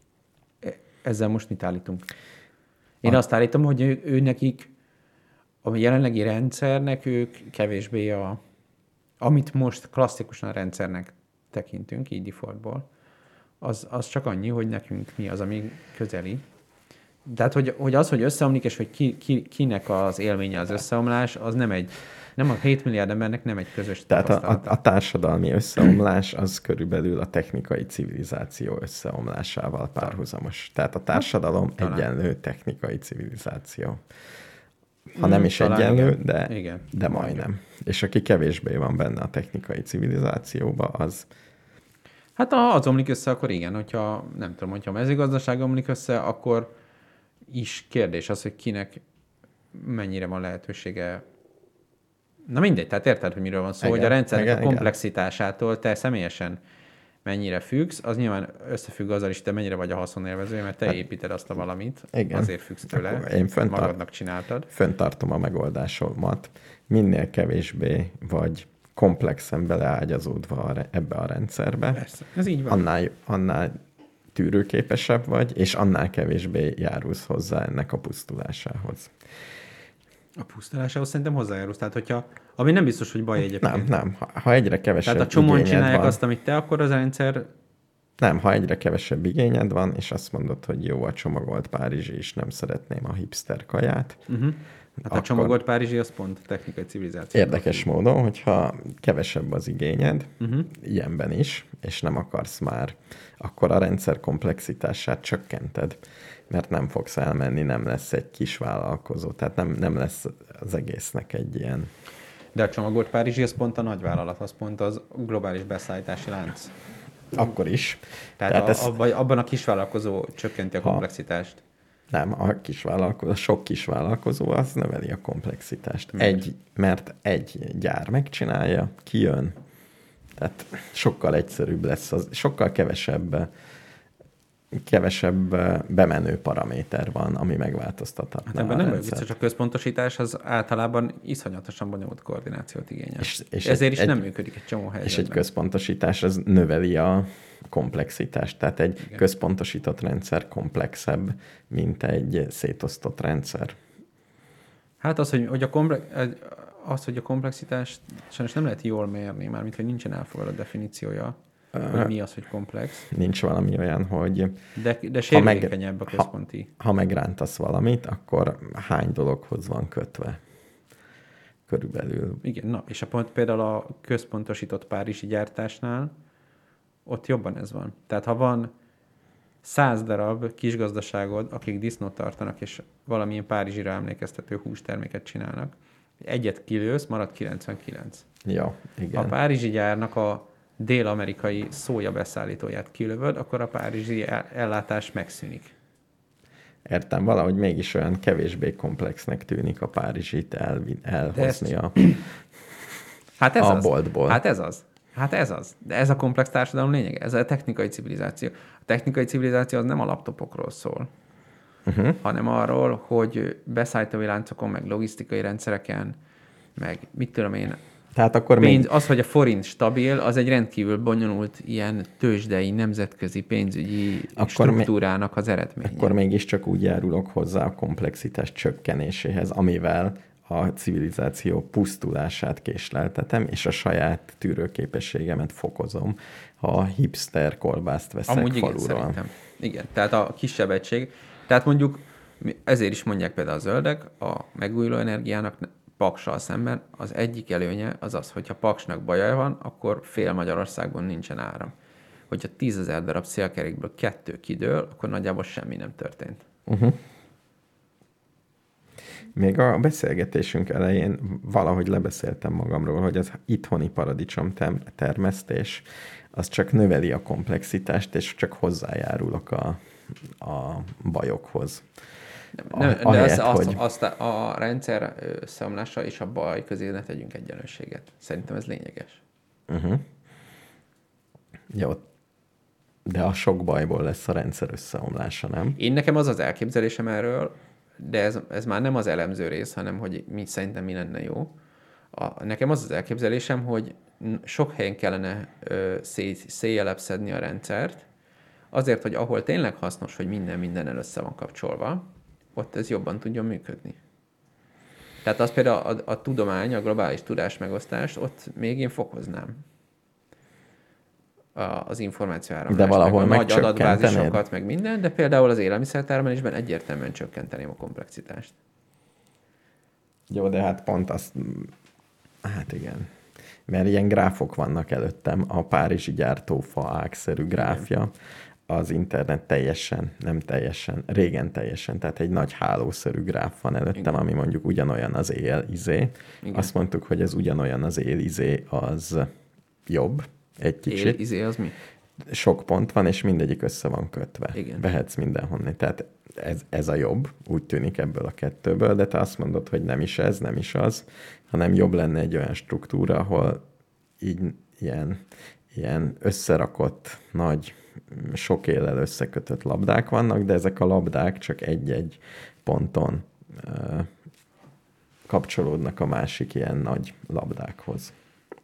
ezzel most mit állítunk? Én azt állítom, hogy ő nekik a jelenlegi rendszernek ők kevésbé amit most klasszikusan rendszernek tekintünk, így defaultból, az csak annyi, hogy nekünk mi az, ami közeli. Tehát, hogy összeomlik, és hogy kinek az élménye az összeomlás, az nem a 7 milliárd embernek nem egy közös tapasztalat. Tehát a társadalmi összeomlás az körülbelül a technikai civilizáció összeomlásával párhuzamos. Tehát a társadalom egyenlő technikai civilizáció. Ha nem is egyenlő, de majdnem. És aki kevésbé van benne a technikai civilizációba, az... Hát ha az omlik össze, akkor igen. Hogyha, nem tudom, hogyha a mezőgazdaság omlik össze, akkor is kérdés az, hogy kinek mennyire van lehetősége. Na mindegy, tehát érted, hogy miről van szó, hogy a rendszernek a komplexitásától te személyesen mennyire függsz, az nyilván összefügg azzal is, te mennyire vagy a haszonélvező, mert te építed azt a valamit, azért függsz tőle, én magadnak csináltad. Föntartom a megoldásomat, minél kevésbé vagy komplexen beleágyazódva ebbe a rendszerbe. Persze, ez így van. Annál tűrőképesebb vagy, és annál kevésbé járulsz hozzá ennek a pusztulásához. A pusztulásához szerintem hozzájárulsz. Tehát, ami nem biztos, hogy baj egyébként. Nem. Ha egyre kevesebb tehát a csomóan csinálják azt, amit te, akkor az a rendszer... Nem, ha egyre kevesebb igényed van, és azt mondod, hogy jó, a csomagolt párizsi is, nem szeretném a hipster kaját. Hát a csomagolt párizsi az pont a technikai civilizáció. Érdekes módon, hogyha kevesebb az igényed, ilyenben is, és nem akarsz már, akkor a rendszer komplexitását csökkented, mert nem fogsz elmenni, nem lesz egy kis vállalkozó, tehát nem lesz az egésznek egy ilyen... De a csomagolt párizsi az pont a nagyvállalat, az pont az globális beszállítási lánc. Akkor is. Tehát abban a kisvállalkozó csökkenti a komplexitást. Nem, a sok kisvállalkozó az növeli a komplexitást. Mert egy gyár megcsinálja, kijön. Tehát sokkal egyszerűbb lesz, sokkal kevesebb bemenő paraméter van, ami megváltoztathatná hát ebben nem vagyok biztos, a központosítás az általában iszonyatosan bonyolult koordinációt igényel. És ezért is nem működik egy csomó helyzetben. És egy központosítás az növeli a komplexitást. Tehát egy központosított rendszer komplexebb, mint egy szétosztott rendszer. Hát hogy a komplexitást sajnos nem lehet jól mérni, mármint hogy nincsen elfogadott definíciója, hogy mi az, hogy komplex. Nincs valami olyan, hogy... De sérülékenyebb a központi. Ha megrántasz valamit, akkor hány dologhoz van kötve? Körülbelül. Igen, na, és például a központosított párizsi gyártásnál ott jobban ez van. Tehát ha van 100 darab kisgazdaságod, akik disznót tartanak, és valamilyen Párizsira emlékeztető hústerméket csinálnak, egyet kilősz, marad 99. Ja, igen. Ha a párizsi gyárnak a dél-amerikai szója beszállítóját kilövöd, akkor a párizsi ellátás megszűnik. Értem, valahogy mégis olyan kevésbé komplexnek tűnik a párizsit elhozni a boltból. Hát ez az. De ez a komplex társadalom lényege. Ez a technikai civilizáció. A technikai civilizáció az nem a laptopokról szól, hanem arról, hogy beszállítói láncokon, meg logisztikai rendszereken, meg mit tudom én, tehát akkor az, hogy a forint stabil, az egy rendkívül bonyolult ilyen tőzsdei, nemzetközi pénzügyi struktúrának az eredménye. Akkor mégiscsak úgy járulok hozzá a komplexitás csökkenéséhez, amivel a civilizáció pusztulását késleltetem, és a saját tűrőképességemet fokozom, ha a hipster kolbászt veszek amúgy faluról. Igen, szerintem. Igen, tehát a kisebb egység. Tehát mondjuk ezért is mondják például a zöldek, a megújuló energiának Paksal szemben az egyik előnye az az, hogyha Paksnak baja van, akkor fél Magyarországon nincsen áram. Hogyha 10 000 darab szélkerékből 2 kidől, akkor nagyjából semmi nem történt. Még a beszélgetésünk elején valahogy lebeszéltem magamról, hogy az itthoni paradicsom termesztés az csak növeli a komplexitást, és csak hozzájárulok a bajokhoz. A rendszer összeomlása és a baj közé ne tegyünk egyenlőséget. Szerintem ez lényeges. Jó, de a sok bajból lesz a rendszer összeomlása, nem? Nekem az elképzelésem erről, de ez már nem az elemző rész, hanem hogy szerintem mi lenne jó. Nekem az az elképzelésem, hogy sok helyen kellene széjjelebb szedni a rendszert, azért, hogy ahol tényleg hasznos, hogy mindennel össze van kapcsolva, ott ez jobban tudjon működni. Tehát az például a tudomány, a globális tudásmegosztást, ott még én fokoznám az információ áramlást, de valahol meg a nagy megcsökkentenéd? adatbázisokat, meg minden, de például az élelmiszertermelésben egyértelműen csökkenteném a komplexitást. Jó, de hát pont azt... Hát igen. Mert ilyen gráfok vannak előttem, a párizsi gyártófa ágszerű gráfja, az internet teljesen, nem teljesen, régen teljesen, tehát egy nagy hálószerű gráf van előttem, igen. Ami mondjuk ugyanolyan az él, igen. Azt mondtuk, hogy ez ugyanolyan az él, az jobb, egy kicsit. Él, az mi? Sok pont van, és mindegyik össze van kötve. Igen. Vehetsz mindenhonnan. Tehát ez a jobb, úgy tűnik ebből a kettőből, de te azt mondod, hogy nem is ez, nem is az, hanem jobb lenne egy olyan struktúra, ahol így ilyen összerakott, nagy, sok éllel összekötött labdák vannak, de ezek a labdák csak egy-egy ponton kapcsolódnak a másik ilyen nagy labdákhoz.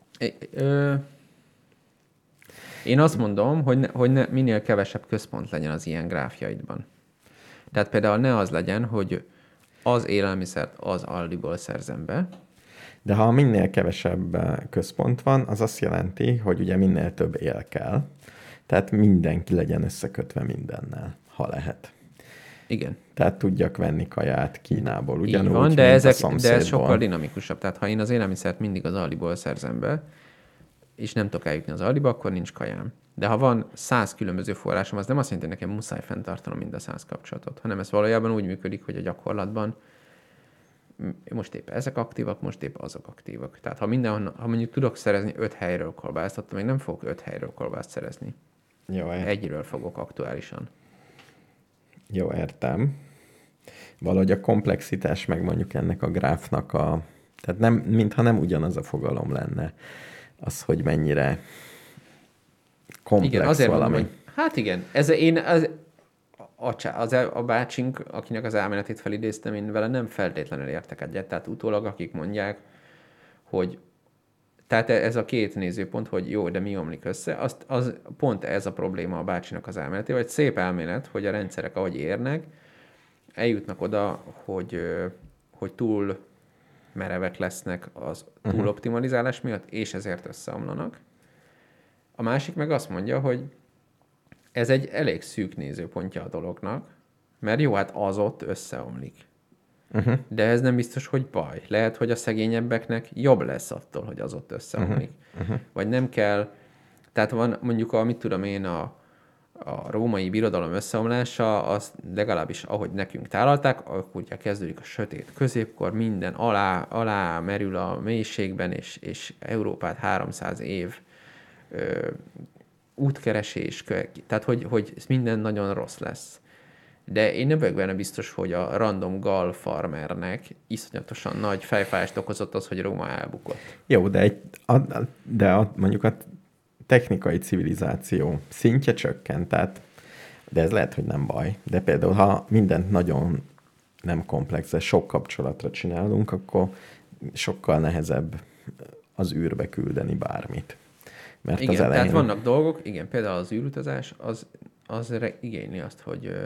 Én azt mondom, hogy minél kevesebb központ legyen az ilyen gráfjaidban. Tehát például ne az legyen, hogy az élelmiszert az Aldiból szerzem be. De ha minél kevesebb központ van, az azt jelenti, hogy ugye minél több él kell. Tehát mindenki legyen összekötve mindennel, ha lehet. Igen. Tehát tudjak venni kaját Kínából ugyanúgy, van, mint de a szomszédból. De ez sokkal dinamikusabb. Tehát ha én az élelmiszert mindig az Aldiból szerzem be, és nem tudok eljutni az Aldiba, akkor nincs kajám. De ha van 100 különböző forrásom, az nem azt jelenti, hogy nekem muszáj fenntartanom mind a 100 kapcsolatot, hanem ez valójában úgy működik, hogy a gyakorlatban most épp ezek aktívak, most épp azok aktívak. Tehát ha mondjuk tudok szerezni 5 helyről kolbászt, attól még nem fogok 5 helyről kolbászt szerezni. Jó, egyről fogok aktuálisan. Jó, értem. Valahogy a komplexitás meg mondjuk ennek a gráfnak tehát nem, mintha nem ugyanaz a fogalom lenne. Az, hogy mennyire komplex igen, azért valami. Mondom, hogy, hát igen, a bácsink, akinek az elméletét felidéztem, én vele nem feltétlenül értek egyet. Tehát utólag, akik mondják, hogy tehát ez a két nézőpont, hogy jó, de mi omlik össze, az pont ez a probléma a bácsinak az elméletével, vagy szép elmélet, hogy a rendszerek, ahogy érnek, eljutnak oda, hogy túl merevek lesznek az túloptimalizálás miatt, és ezért összeomlanak. A másik meg azt mondja, hogy ez egy elég szűk nézőpontja a dolognak, mert jó, hát az ott összeomlik. De ez nem biztos, hogy baj. Lehet, hogy a szegényebbeknek jobb lesz attól, hogy az ott összeomlik. Vagy nem kell, tehát van mondjuk mit tudom én, a római birodalom összeomlása, az legalábbis ahogy nekünk tálalták, akkor ugye kezdődik a sötét középkor, minden alá merül a mélységben, és Európát 300 év útkeresés, tehát hogy minden nagyon rossz lesz. De én nem vagyok benne biztos, hogy a random gal farmernek iszonyatosan nagy fejfájást okozott az, hogy Róma elbukott. Jó, de mondjuk a technikai civilizáció szintje csökkent, tehát, de ez lehet, hogy nem baj. De például, ha mindent nagyon nem komplex, de sok kapcsolatra csinálunk, akkor sokkal nehezebb az űrbe küldeni bármit. Mert igen, az elején... tehát vannak dolgok, igen, például az űrutazás, az igényli azt,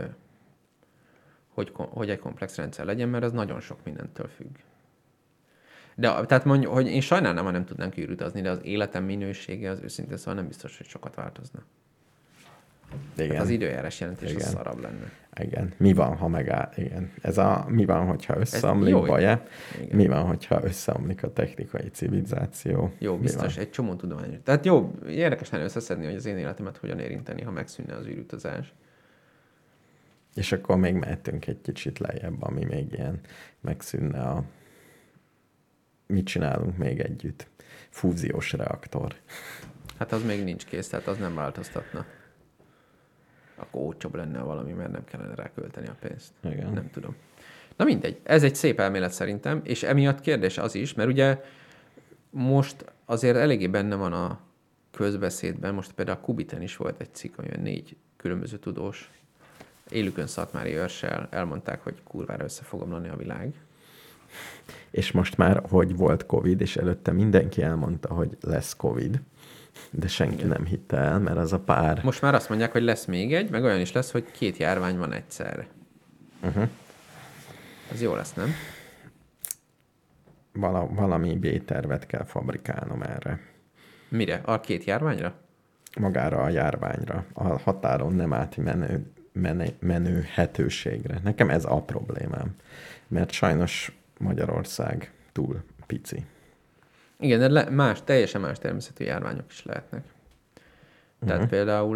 hogy egy komplex rendszer legyen, mert az nagyon sok mindentől függ. De tehát mondjuk, hogy én sajnálnám, ha nem tudnánk űrutazni, de az életem minősége az őszintén szóval nem biztos, hogy sokat változna. Igen. Hát az időjárás jelentés az szarabb lenne. Igen. Mi van, ha megáll? Igen. Mi van, hogyha összeomlik, baj-e? Mi van, hogyha összeomlik a technikai civilizáció? Jó, biztos, egy csomó tudomány. Tehát jó, érdekes lenne összeszedni, hogy az én életemet hogyan érinteni, ha megszűnne az űrutazás. És akkor még mehetünk egy kicsit lejjebb, ami még ilyen megszűnne mit csinálunk még együtt? Fúziós reaktor. Hát az még nincs kész, tehát az nem változtatna. Akkor olcsóbb lenne valami, mert nem kellene rá költeni a pénzt. Igen. Nem tudom. Na mindegy, ez egy szép elmélet szerintem, és emiatt kérdés az is, mert ugye most azért eléggé benne van a közbeszédben, most például a Kubiten is volt egy cikk, amiben 4 különböző tudós élükön Szatmári Őrssel elmondták, hogy kurvára össze fog omlani a világ. És most már, hogy volt Covid, és előtte mindenki elmondta, hogy lesz Covid, de senki nem hitte el, mert az a pár... Most már azt mondják, hogy lesz még egy, meg olyan is lesz, hogy 2 járvány van egyszerre. Az jó lesz, nem? Valami B-tervet kell fabrikálnom erre. Mire? A 2 járványra? Magára a járványra. A határon nem menőhetőségre. Nekem ez a problémám. Mert sajnos Magyarország túl pici. Igen, de teljesen más természetű járványok is lehetnek. Tehát például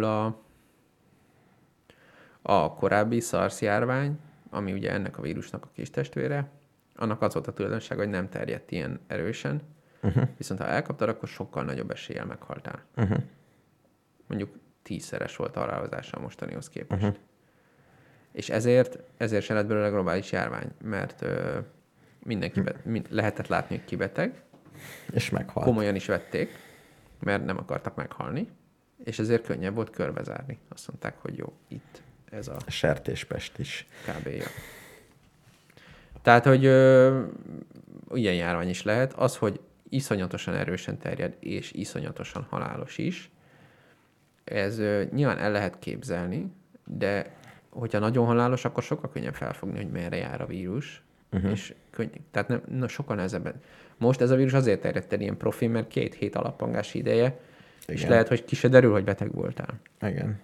a korábbi SARS járvány, ami ugye ennek a vírusnak a kis testvére, annak az volt a tulajdonsága, hogy nem terjedt ilyen erősen, viszont ha elkaptad, akkor sokkal nagyobb eséllyel meghaltál. Mondjuk 10-szeres volt a halálozása a mostanihoz képest. És ezért se lett belőle globális járvány, mert mindenki lehetett látni, hogy kibeteg, és meghalt. Komolyan is vették, mert nem akartak meghalni, és ezért könnyebb volt körbezárni. Azt mondták, hogy jó, itt ez a... Sertéspest is. Kb. Tehát, hogy ilyen járvány is lehet. Az, hogy iszonyatosan erősen terjed, és iszonyatosan halálos is, ez nyilván el lehet képzelni, de hogyha nagyon halálos, akkor sokkal könnyebb felfogni, hogy merre jár a vírus, és tehát sokkal nehezebben. Most ez a vírus azért terjedt el ilyen profi, mert 2 hét alappangási ideje, igen. És lehet, hogy ki se derül, hogy beteg voltál. Igen.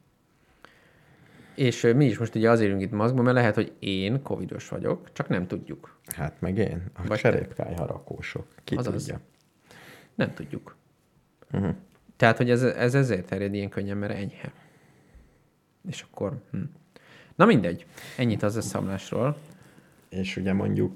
És mi is most ugye azért ülünk itt maszkban, mert lehet, hogy én covidos vagyok, csak nem tudjuk. Hát meg én. A cserépkályha rakósok. Ki tudja. Nem tudjuk. Tehát, hogy ez ezért terjed ilyen könnyen, mert enyhe. És akkor... Na mindegy. Ennyit az összeomlásról. És ugye mondjuk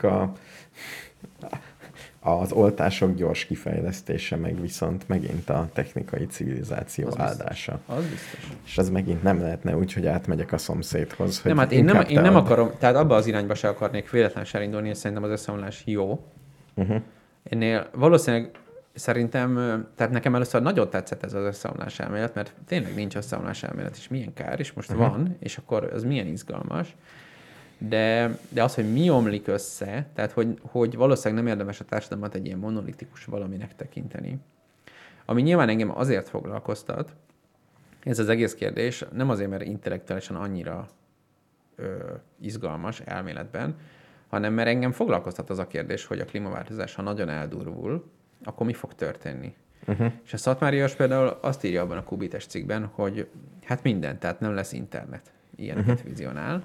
az oltások gyors kifejlesztése, meg viszont megint a technikai civilizáció az áldása. Az biztos. És az megint nem lehetne úgy, hogy átmegyek a szomszédhoz. Nem, hát én nem akarom, tehát abba az irányba se akarnék véletlenül se indulni, és szerintem az összeomlás jó. Ennél valószínűleg szerintem, tehát nekem először nagyon tetszett ez az összeomlás elmélet, mert tényleg nincs összeomlás elmélet, és milyen kár, és most van, és akkor az milyen izgalmas. De az, hogy mi omlik össze, tehát hogy valószínűleg nem érdemes a társadalmat egy ilyen monolitikus valaminek tekinteni. Ami nyilván engem azért foglalkoztat, ez az egész kérdés, nem azért, mert intellektuálisan annyira izgalmas elméletben, hanem mert engem foglalkoztat az a kérdés, hogy a klímaváltozás, ha nagyon eldurvul, akkor mi fog történni. És a Szatmárias például azt írja abban a Kubites cikkben, hogy hát minden, tehát nem lesz internet. Ilyeneket vizionál.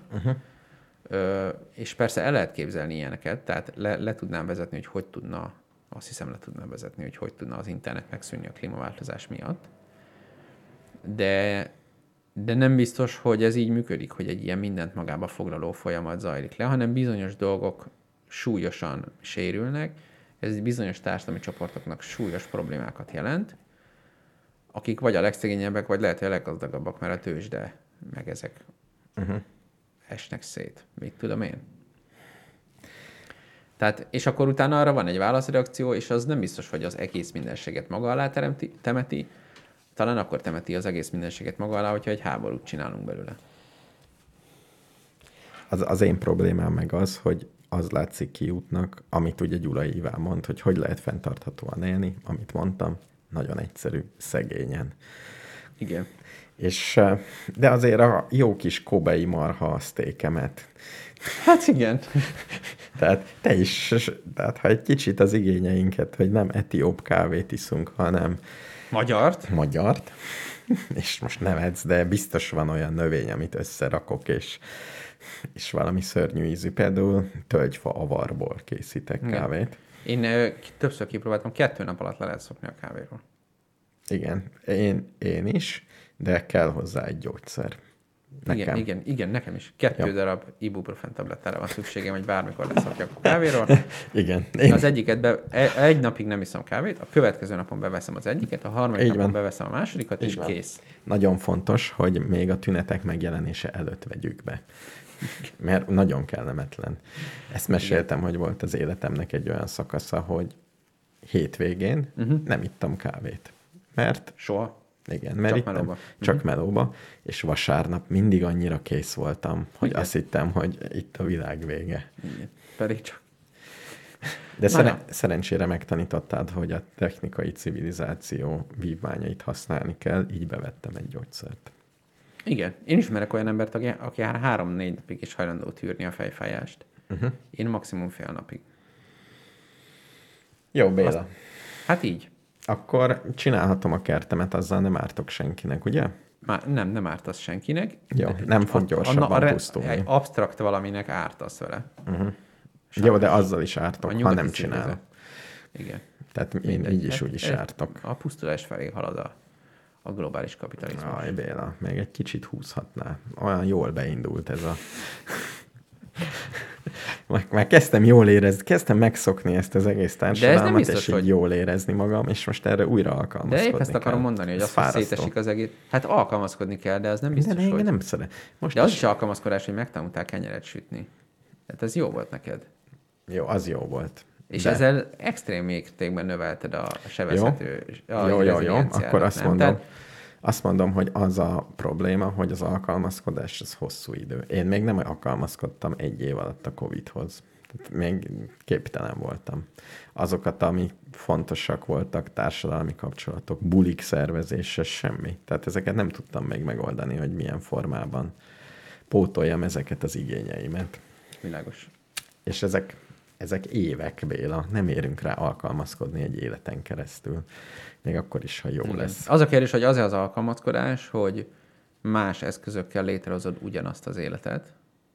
És persze el lehet képzelni ilyeneket, tehát le tudnám vezetni, hogy tudna, azt hiszem le tudnám vezetni, hogy tudna az internet megszűnni a klímaváltozás miatt. De nem biztos, hogy ez így működik, hogy egy ilyen mindent magába foglaló folyamat zajlik le, hanem bizonyos dolgok súlyosan sérülnek, ez bizonyos társadalmi csoportoknak súlyos problémákat jelent, akik vagy a legszegényebbek, vagy lehet, hogy a leggazdagabbak, mert a tőzsde, meg ezek esnek szét. Mit tudom én? Tehát, és akkor utána arra van egy válaszreakció, és az nem biztos, hogy az egész mindenséget maga alá temeti, talán akkor temeti az egész mindenséget maga alá, hogyha egy háborút csinálunk belőle. Az én problémám meg az, hogy az látszik kiútnak, amit ugye Gyula Iván mond, hogy lehet fenntarthatóan élni, amit mondtam, nagyon egyszerű, szegényen. Igen. És, de azért a jó kis kobei marha sztékemet. Hát igen. Tehát te is, tehát ha egy kicsit az igényeinket, hogy nem etióp kávét iszunk, hanem magyart, és most nevetsz, de biztos van olyan növény, amit összerakok, és valami szörnyű ízű. Például tölgyfa avarból készítek kávét. Én többször kipróbáltam, 2 nap alatt le lehet szokni a kávéról. Igen, én is, de kell hozzá egy gyógyszer. Nekem. Igen, nekem is. 2 darab ibuprofen tablettára van szükségem, hogy bármikor leszokjak a kávéról. Igen. Az egyiket egy napig nem iszom kávét, a következő napon beveszem az egyiket, a harmadik napon beveszem a másodikat, és kész. Nagyon fontos, hogy még a tünetek megjelenése előtt vegyük be. Mert nagyon kellemetlen. Ezt meséltem, hogy volt az életemnek egy olyan szakasza, hogy hétvégén nem ittam kávét. Mert soha? Igen, mert csak melóba, és vasárnap mindig annyira kész voltam, hogy azt hittem, hogy itt a világ vége. Igen. Pedig csak. De szerencsére megtanítottad, hogy a technikai civilizáció vívmányait használni kell, így bevettem egy gyógyszert. Igen. Én ismerek olyan embert, aki 3-4 napig is hajlandó tűrni a fejfájást. Én maximum fél napig. Jó, Béla. Hát így. Akkor csinálhatom a kertemet, azzal nem ártok senkinek, ugye? Nem ártasz senkinek. Jó, nem fog gyorsabban pusztulni. Egy absztrakt valaminek ártasz vele. Jó, de azzal is ártok, ha nem csinálom. Igen. Tehát én így is úgy is ártok. A pusztulás felé halad a globális kapitalizmus. Aj, Béla, még egy kicsit húzhatná. Olyan jól beindult ez a... Már kezdtem jól érezni, kezdtem megszokni ezt az egész társadalmat, biztos, és így jól érezni magam, és most erre újra alkalmazkodni kell. De épp ezt akarom mondani, hogy azt szétesik az egész... Hát alkalmazkodni kell, de az nem biztos, de hogy... nem szeret. De az is alkalmazkodás, hogy megtanultál kenyeret sütni. Tehát ez jó volt neked. Jó, az jó volt. És ezzel extrém mértékben növelted a sebezhető... Jó. Akkor azt mondom, hogy az a probléma, hogy az alkalmazkodás az hosszú idő. Én még nem alkalmazkodtam 1 év alatt a Covid-hoz. Tehát még képtelen voltam. Azokat, ami fontosak voltak, társadalmi kapcsolatok, bulik szervezése, semmi. Tehát ezeket nem tudtam még megoldani, hogy milyen formában pótoljam ezeket az igényeimet. Világos. És ezek évek, Béla. Nem érünk rá alkalmazkodni egy életen keresztül. Még akkor is, ha jó lesz. Az a kérdés, hogy az alkalmazkodás, hogy más eszközökkel létrehozod ugyanazt az életet,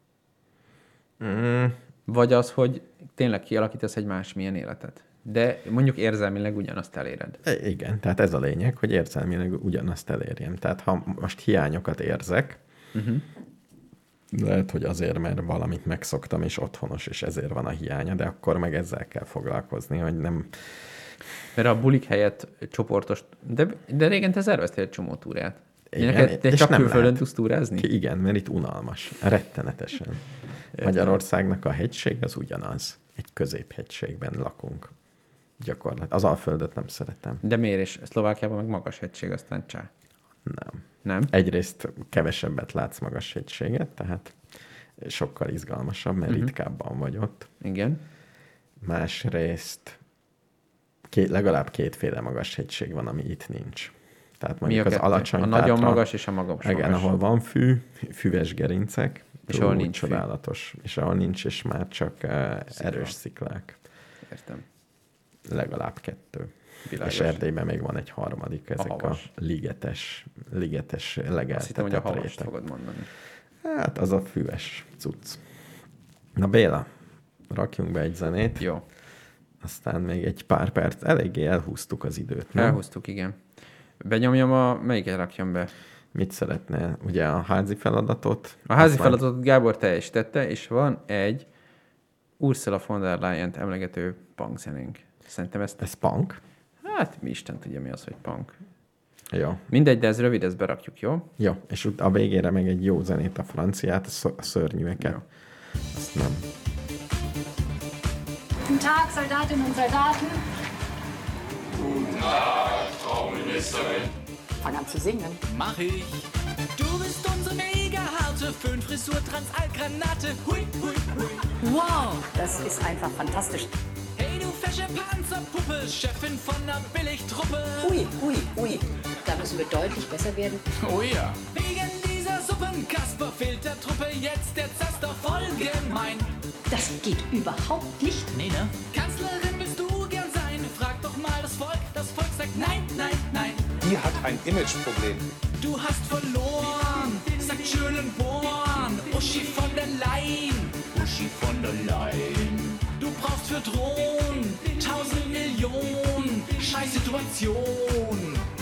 vagy az, hogy tényleg kialakítasz egy másmilyen életet. De mondjuk érzelmileg ugyanazt eléred. Igen, tehát ez a lényeg, hogy érzelmileg ugyanazt elérjem. Tehát ha most hiányokat érzek, lehet, hogy azért, mert valamit megszoktam, és otthonos, és ezért van a hiánya, de akkor meg ezzel kell foglalkozni, hogy nem... Mert a bulik helyett csoportos... De régen te szerveztél egy csomó túrát. Igen, te csak külföldön tudsz túrázni? Igen, mert itt unalmas. Rettenetesen. Magyarországnak a hegység az ugyanaz. Egy középhegységben lakunk. Gyakorlatilag. Az Alföldet nem szeretem. De miért? És Szlovákiában meg magas hegység, aztán csá. Nem? Egyrészt kevesebbet látsz magas hegységet, tehát sokkal izgalmasabb, mert ritkábban vagy ott. Igen. Másrészt legalább 2 magas hegység van, ami itt nincs. Tehát mondjuk az alacsony a nagyon magas és a magas. Igen, ahol van füves gerincek, és ahol nincs csodálatos. És ahol nincs, és már csak erős sziklák. Értem. Legalább 2. Világos. És Erdélyben még van egy harmadik, ezek a ligetes legeltetett. Azt hittem, hogy a havast fogod mondani. Hát az a füves cucc. Na Béla, rakjunk be egy zenét. Jó. Aztán még egy pár perc. Eléggé elhúztuk az időt, nem? Elhúztuk, igen. Benyomjam melyiket rakjam be? Mit szeretnél? Ugye a házi feladatot? A házi feladatot Gábor teljesítette, és van egy Ursula von der Leyen-t emlegető punk zenénk. Szerintem Ez punk? Hát mi Isten tudja, mi az, hogy punk. Jó. Mindegy, de ez rövid, ezt berakjuk, jó? Jó, és a végére meg egy jó zenét, a franciát, a szörnyűeket. Jó. Azt nem. Guten Tag, Soldatinnen und Soldaten. Guten Tag, Frau Ministerin. Fang an zu singen. Mach ich. Du bist unsere mega harte Föhnfrisur Transaltgranate. Hui, hui, hui. Wow. Das ist einfach fantastisch. Hey, du fesche Panzerpuppe, Chefin von der Billigtruppe. Ui, ui, ui. Da müssen wir deutlich besser werden. Oh ja. Wegen dieser Suppenkasper-Filtertruppe jetzt der Zaster voll gemein. Das geht überhaupt nicht. Nee, ne? Kanzlerin willst du gern sein? Frag doch mal das Volk sagt nein, nein, nein. Die hat ein Imageproblem. Du hast verloren, sagt Schönenborn, Uschi von der Leyen. Uschi von der Leyen. Du brauchst für Drohnen 1000 Millionen, Scheißsituation.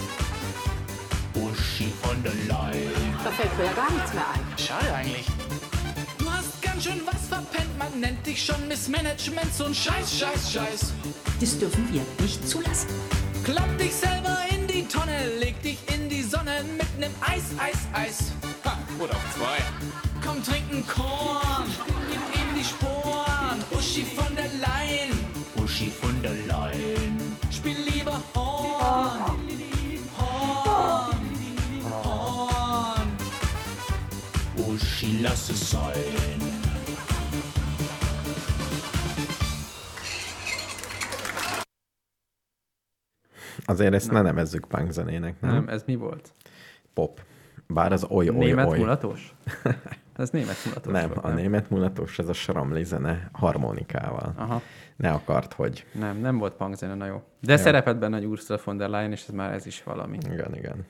Uschi von der Leyen. Da fällt mir ja gar nichts mehr ein. Schade eigentlich. Du hast ganz schön was verpennt, man nennt dich schon Missmanagement, so ein Scheiß. Das dürfen wir nicht zulassen. Klapp dich selber in die Tonne, leg dich in die Sonne mit nem Eis. Ha, oder auf 2. Komm, trinken Korn, gib ihm die Sporen. Uschi von der Leyen. Uschi von der Leyen. Spiel lieber Horn. Uschi, lass es sein. Azért ezt ne nevezzük punk zenének, nem? Nem, ez mi volt? Pop. Bár az oly. Német mulatos? Ez német mulatos Nem, volt, a német mulatos, ez a sramli zene harmonikával. Aha. Ne akart, hogy... Nem volt punk zene, na jó. De szerepet benne egy Ursula von der Leyen, és ez is valami. Igen.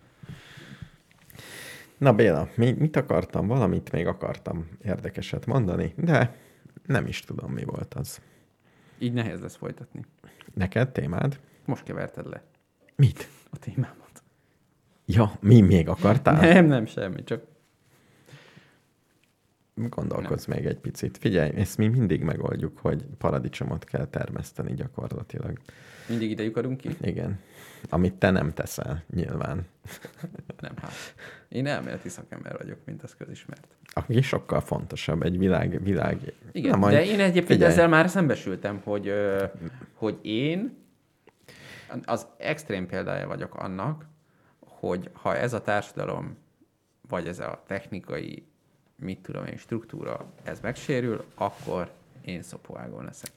Na Béla, mit akartam? Valamit még akartam érdekeset mondani, de nem is tudom, mi volt az. Így nehéz lesz folytatni. Neked témád? Most keverted le Mit? a témámat. Ja, mi még akartál? Nem, semmi, csak... Gondolkozz még egy picit. Figyelj, ezt mi mindig megoldjuk, hogy paradicsomot kell termeszteni gyakorlatilag. Mindig ide lyukadunk ki? Igen. Amit te nem teszel, nyilván. Nem, hát. Én elméleti szakember vagyok, mint az közismert. Aki sokkal fontosabb, egy világ... Igen, Na, majd de én egyébként figyelj. ezzel már szembesültem, hogy én az extrém példája vagyok annak, hogy ha ez a társadalom, vagy ez a technikai, mit tudom én, struktúra, ez megsérül, akkor én szopóágon leszek.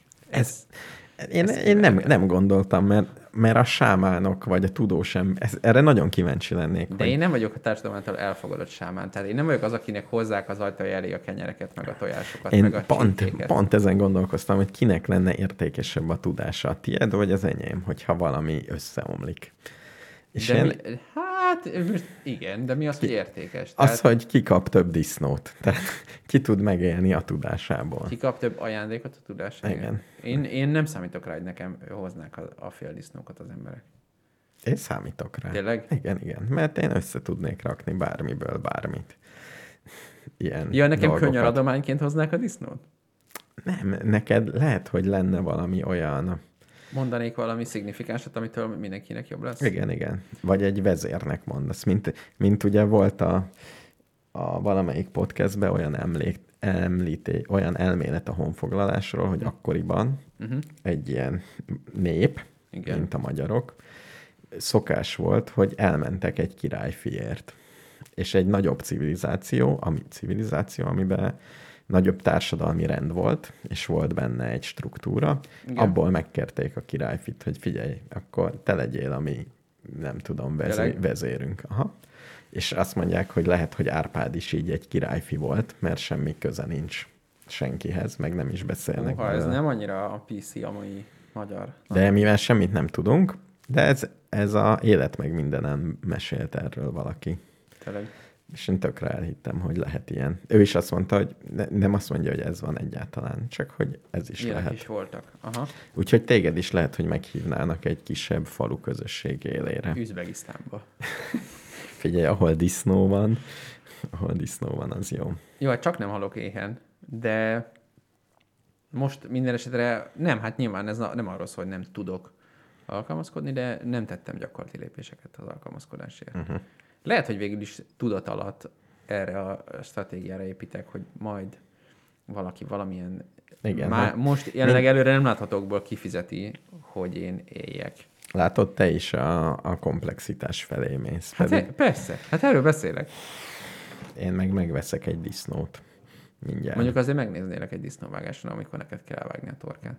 Én nem gondoltam, mert a sámánok, vagy a tudós erre nagyon kíváncsi lennék. De én nem vagyok a társadalom által elfogadott sámán. Tehát én nem vagyok az, akinek hozzák az ajtaja elé a kenyereket, meg a tojásokat, meg a csirkéket. Pont ezen gondolkoztam, hogy kinek lenne értékesebb a tudása, a tiéd vagy az enyém, hogyha valami összeomlik. És most igen, de mi az, hogy értékes? Az, hogy ki kap több disznót. Tehát ki tud megélni a tudásából. Ki kap több ajándékot a tudásából? Igen. Én nem számítok rá, hogy nekem hoznák a fél disznókat az emberek. Én számítok rá. Tényleg? Igen. Mert én össze tudnék rakni bármiből bármit. Ilyen nekem dolgokat. könnyar adományként hoznák a disznót? Nem, neked lehet, hogy lenne valami olyan... Mondanék valami szignifikánsat, amitől mindenkinek jobb lesz? Igen. Vagy egy vezérnek mondasz. Mint ugye volt a valamelyik podcastben olyan elmélet a honfoglalásról, hogy akkoriban egy ilyen nép, Igen. mint a magyarok, szokás volt, hogy elmentek egy királyfiért. És egy nagyobb civilizáció, amiben nagyobb társadalmi rend volt, és volt benne egy struktúra, igen. Abból megkérték a királyfit, hogy figyelj, akkor te legyél a mi, nem tudom, vezérünk. Aha. És azt mondják, hogy lehet, hogy Árpád is így egy királyfi volt, mert semmi köze nincs senkihez, meg nem is beszélnek. Ez nem annyira a PC, amúgy magyar. De mivel semmit nem tudunk, de ez a Élet meg mindenem mesélt erről valaki. Tényleg. És én tökre elhittem, hogy lehet ilyen. Ő is azt mondta, hogy nem azt mondja, hogy ez van egyáltalán, csak hogy ez is ilyenek lehet. is voltak. Aha. Úgyhogy téged is lehet, hogy meghívnának egy kisebb falu közösség élére. Üzbegisztánba. Figyelj, ahol disznó van, az jó. Jó, hát csak nem halok éhen, de most minden esetre nem, hát nyilván ez nem arról szól, hogy nem tudok alkalmazkodni, de nem tettem gyakorlati lépéseket az alkalmazkodásért. Uh-huh. Lehet, hogy végül is tudat alatt erre a stratégiára építek, hogy majd valaki valamilyen... Igen, most jelenleg előre nem láthatókból kifizeti, hogy én éljek. Látod, te is a komplexitás felé mész. Hát persze, hát erről beszélek. Én megveszek egy disznót mindjárt. Mondjuk azért megnéznélek egy disznóvágáson, amikor neked kell elvágni a torkát.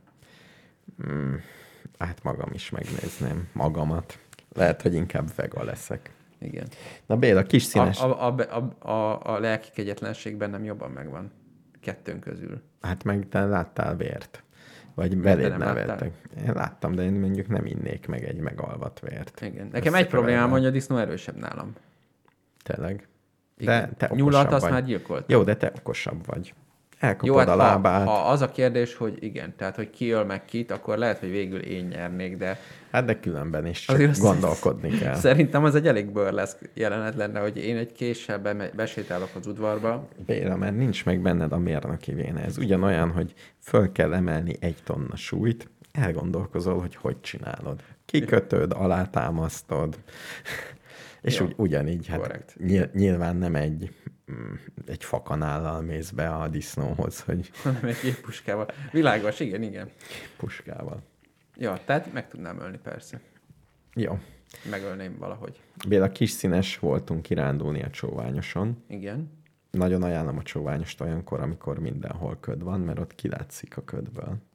Hát magam is megnézném magamat. Lehet, hogy inkább vega leszek. Igen. Na Béla, kis színes... A lelki kegyetlenség bennem jobban megvan. Kettőnk közül. Hát meg te láttál vért. Vagy beléd neveltek. Én láttam, de én mondjuk nem innék meg egy megalvat vért. Igen. Nekem egy problémám, hogy a disznó erősebb nálam. Tényleg. De te nyulat azt vagy. már gyilkoltam. Jó, de te okosabb vagy. Elkapod jó, hát a lábát. Ha az a kérdés, hogy igen, tehát hogy ki öl meg kit, akkor lehet, hogy végül én nyernék, de... Hát de különben is csak gondolkodni kell. Szerintem az egy elég burleszk jelenet lenne, hogy én egy késsel besétálok az udvarba. Béla, mert nincs meg benned a mérnöki véne. Ez ugyanolyan, hogy föl kell emelni 1 tonna súlyt, elgondolkozol, hogy csinálod. Kikötöd, alátámasztod. És ugyanígy, hát nyilván nem egy fakanállal mész be a disznóhoz, hogy... Nem egy géppuskával. Világos, igen. Puskával. Ja, tehát meg tudnám ölni, persze. Jó. Megölném valahogy. Béla, kis színes voltunk kirándulni a Csóványoson. Igen. Nagyon ajánlom a Csóványost olyankor, amikor mindenhol köd van, mert ott kilátszik a ködből.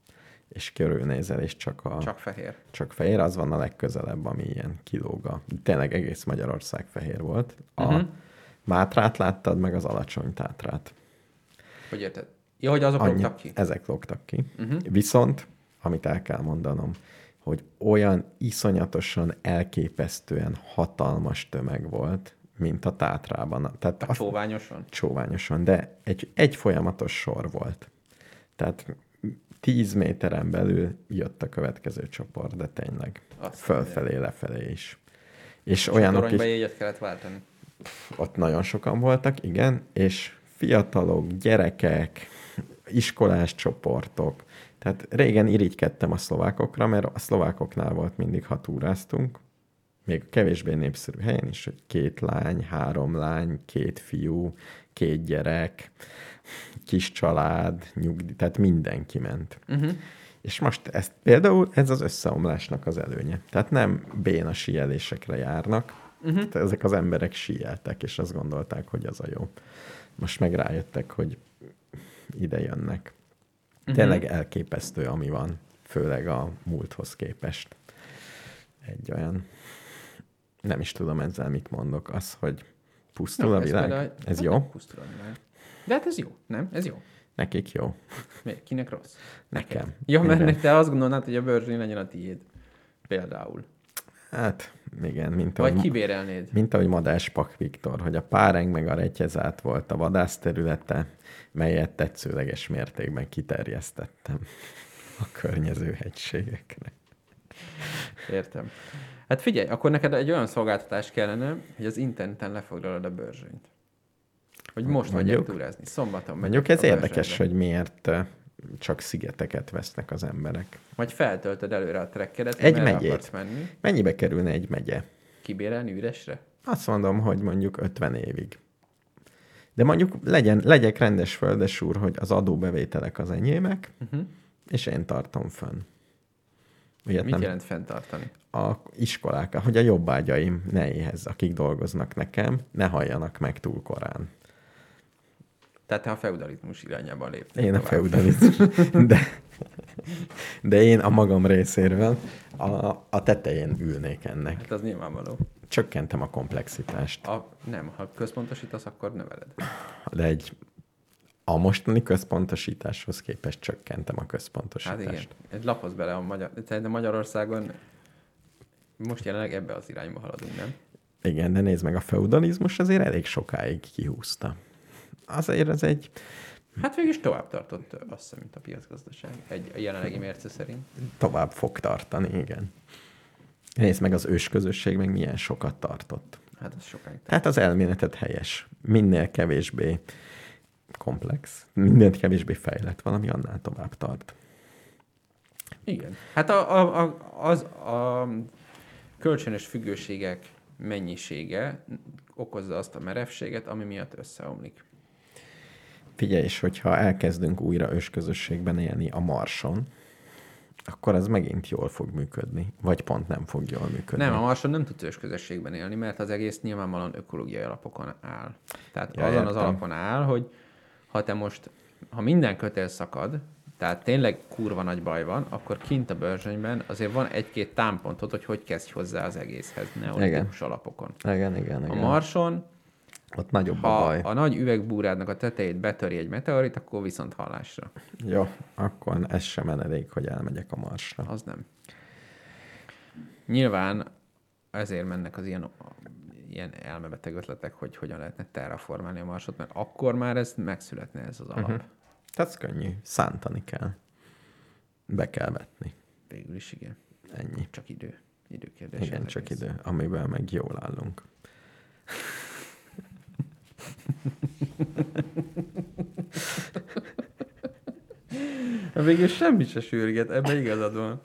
és körülnézel, és Csak fehér. csak fehér, az van a legközelebb, ami ilyen kilóga. Tényleg egész Magyarország fehér volt. A Mátrát láttad, meg az Alacsony Tátrát. Hogy érted? Ja, hogy azok lógtak ki? Ezek lógtak ki. Viszont, amit el kell mondanom, hogy olyan iszonyatosan, elképesztően hatalmas tömeg volt, mint a Tátrában. Tehát Csóványosan? Csóványosan, de egy folyamatos sor volt. Tehát 10 méteren belül jött a következő csoport, de tényleg fölfelé, lefelé is. És olyanok toronyba is... jegyet kellett váltani. Ott nagyon sokan voltak, igen, és fiatalok, gyerekek, iskolás csoportok. Tehát régen irigykedtem a szlovákokra, mert a szlovákoknál volt mindig, ha túráztunk, még kevésbé népszerű helyen is, hogy 2 lány, 3 lány, 2 fiú, 2 gyerek, kis család, nyugdíj, tehát mindenki ment. És most például ez az összeomlásnak az előnye. Tehát nem béna síelésekre járnak, tehát ezek az emberek síeltek, és azt gondolták, hogy az a jó. Most meg rájöttek, hogy ide jönnek. Tényleg elképesztő, ami van, főleg a múlthoz képest. Egy olyan, nem is tudom ezzel mit mondok, az, hogy pusztul a világ. Ez jó? Pusztul a világ. De hát ez jó, nem? Ez jó. Nekik jó. Miért? Kinek rossz? Nekem. Ja, mert Igen. te azt gondolnád, hogy a Börzsény legyen a tiéd. Például. Hát, igen, Vagy kibérelnéd. mint ahogy Madás Pak Viktor, hogy a Páreng meg a Retyezát volt a vadászterülete, melyet tetszőleges mértékben kiterjesztettem a környező hegységekre. Értem. Hát figyelj, akkor neked egy olyan szolgáltatás kellene, hogy az interneten lefoglalod a Börzsényt. Hogy most megyek túrázni. Szombaton megyek Mondjuk ez a érdekes, Börzsönybe. hogy miért csak szigeteket vesznek az emberek. Vagy feltöltöd előre a trekkedet, Egy merre megyét. akarsz menni. Mennyibe kerülne egy megye? Kibérelni üresre? Azt mondom, hogy mondjuk 50 évig. De mondjuk legyek rendes földesúr, hogy az adóbevételek az enyémek, és én tartom fönn. Ugye Mit jelent fenntartani? A iskolák, hogy a jobbágyaim ne éhez, akik dolgoznak nekem, ne halljanak meg túl korán. Tehát te a feudalizmus irányában léptél. Én a tovább. feudalizmus. De én a magam részéről a tetején ülnék ennek. Hát az nyilvánvaló. Csökkentem a komplexitást. Nem, ha központosítasz, akkor növeled. De a mostani központosításhoz képest csökkentem a Hát központosítást. igen. Egy lapozz bele szerintem Magyarországon most jelenleg ebbe az irányba haladunk, nem? Igen, de nézd meg, a feudalizmus azért elég sokáig kihúzta. Azért ez egy... Hát végül is tovább tartott, azt hiszem, mint a piacgazdaság. A jelenlegi mérce szerint. Tovább fog tartani, igen. Nézd meg, az ősközösség meg milyen sokat tartott. Hát az sokáig. Tehát az elméletet helyes. Minél kevésbé komplex, minél kevésbé fejlett valami, annál tovább tart. Igen. Hát a kölcsönös függőségek mennyisége okozza azt a merevséget, ami miatt összeomlik. Figyelj, és hogyha elkezdünk újra ősközösségben élni a Marson, akkor ez megint jól fog működni. Vagy pont nem fog jól működni. Nem, a Marson nem tudsz ősközösségben élni, mert az egész nyilvánvalóan ökológiai alapokon áll. Tehát Ja, azon az értem. alapon áll, hogy ha minden kötél szakad, tehát tényleg kurva nagy baj van, akkor kint a Börzsönyben azért van egy-két támpontot, hogy kezdj hozzá az egészhez neolitikus alapokon. Igen. A Marson, ott nagyobb a ha baj. a nagy üvegbúrádnak a tetejét betöri egy meteorit, akkor viszont hallásra. Jó, akkor ez sem elég, hogy elmegyek a Marsra. Az nem. Nyilván ezért mennek az ilyen elmebeteg ötletek, hogy hogyan lehetne terraformálni a Marsot, mert akkor már ez megszületne ez az alap. Tehát ez könnyű. Szántani kell. Be kell vetni. Végül is igen. Ennyi. Csak idő. Időkérdés. Igen, az csak egész. idő, amiben meg jól állunk. Végül semmi se sürget, ebben igazad van.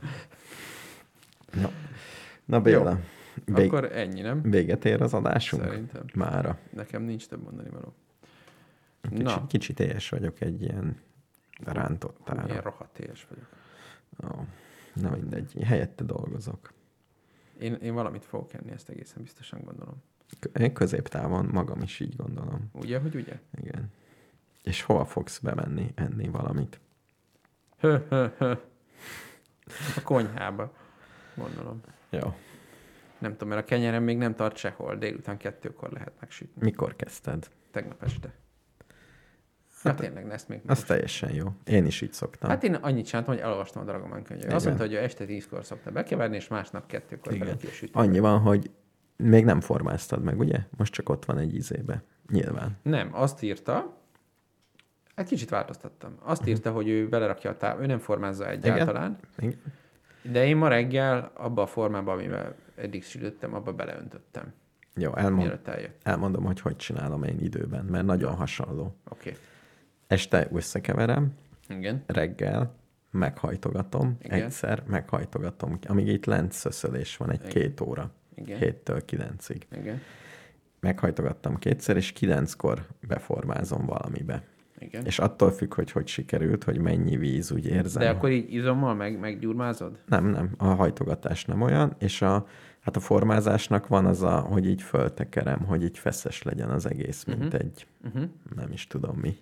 Na Béla, Akkor ennyi, nem? véget ér az adásunk? Szerintem. Mára. Nekem nincs több mondani való. Kicsit éhes vagyok egy ilyen rántottára. Ilyen rohadt éhes vagyok. Ó, na mindegy, helyette dolgozok. Én valamit fogok enni, ezt egészen biztosan gondolom. Én középtávon magam is így gondolom. Ugye, hogy ugye? Igen. És hova fogsz bemenni, enni valamit? A konyhába, gondolom. Jó. Nem tudom, mert a kenyerem még nem tart sehol. Délután 2-kor lehet megsütni. Mikor kezdted? Tegnap este. Ja, tényleg, ezt még Az most. teljesen jó. Én is így szoktam. Hát én annyit csináltam, hogy elolvastam a Dragoman könyvét. Azt mondta, hogy ő este 10-kor szokta bekeverni, és másnap 2-kor bele sütni. Annyi van, hogy még nem formáztad meg, ugye? Most csak ott van egy ízébe. Nyilván. Nem, azt írta, egy kicsit változtattam. Azt írta, hogy ő belerakja ő nem formázza egyáltalán. Igen. De én ma reggel abba a formában, amivel eddig sütöttem, abba beleöntöttem. Jó, Mielőtt eljött. elmondom, hogy csinálom én időben, mert nagyon hasonló. Oké. Este összekeverem, Igen. reggel meghajtogatom, Igen. egyszer meghajtogatom, amíg itt lent szöszölés van, egy 2 óra. Igen. 7-től 9-ig. Igen. Meghajtogattam 2-szer, és 9-kor beformázom valamibe. Igen. És attól függ, hogy sikerült, hogy mennyi víz, úgy érzem. De akkor így izommal meggyurmázod? Nem, a hajtogatás nem olyan, és a formázásnak van az hogy így föltekerem, hogy így feszes legyen az egész, mint egy, nem is tudom mi.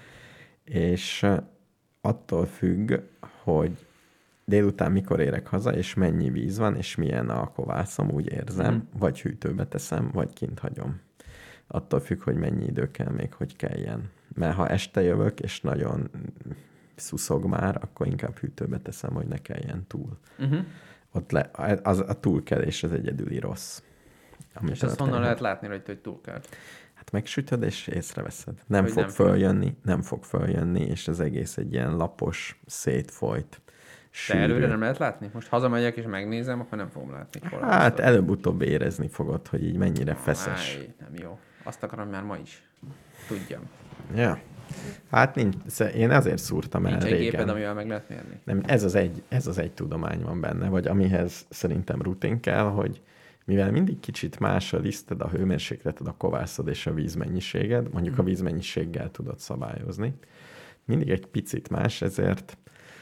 És attól függ, hogy délután mikor érek haza, és mennyi víz van, és milyen a kovászom, úgy érzem, vagy hűtőbe teszem, vagy kint hagyom. Attól függ, hogy mennyi idő kell még, hogy kelljen. Mert ha este jövök, és nagyon szuszog már, akkor inkább hűtőbe teszem, hogy ne kelljen túl. Ott a túlkelés az egyedüli rossz. És azt honnan lehet látni, hogy túlkelt? Hát megsütöd, és észreveszed. Hogy Nem nem fog följönni, és az egész egy ilyen lapos, szétfolyt, De előre nem lehet látni? Most hazamegyek és megnézem, akkor nem fogom látni. Hát előbb-utóbb érezni fogod, hogy így mennyire feszes. Nem jó. Azt akarom már ma is. Tudjam. Ja. Hát én azért szúrtam el Nincs egy régen. géped, amivel meg lehet mérni. Nem, ez az egy tudomány van benne, vagy amihez szerintem rutin kell, hogy mivel mindig kicsit más a liszted, a hőmérsékleted, a kovászod és a vízmennyiséged, mondjuk a vízmennyiséggel tudod szabályozni, mindig egy picit más, ezért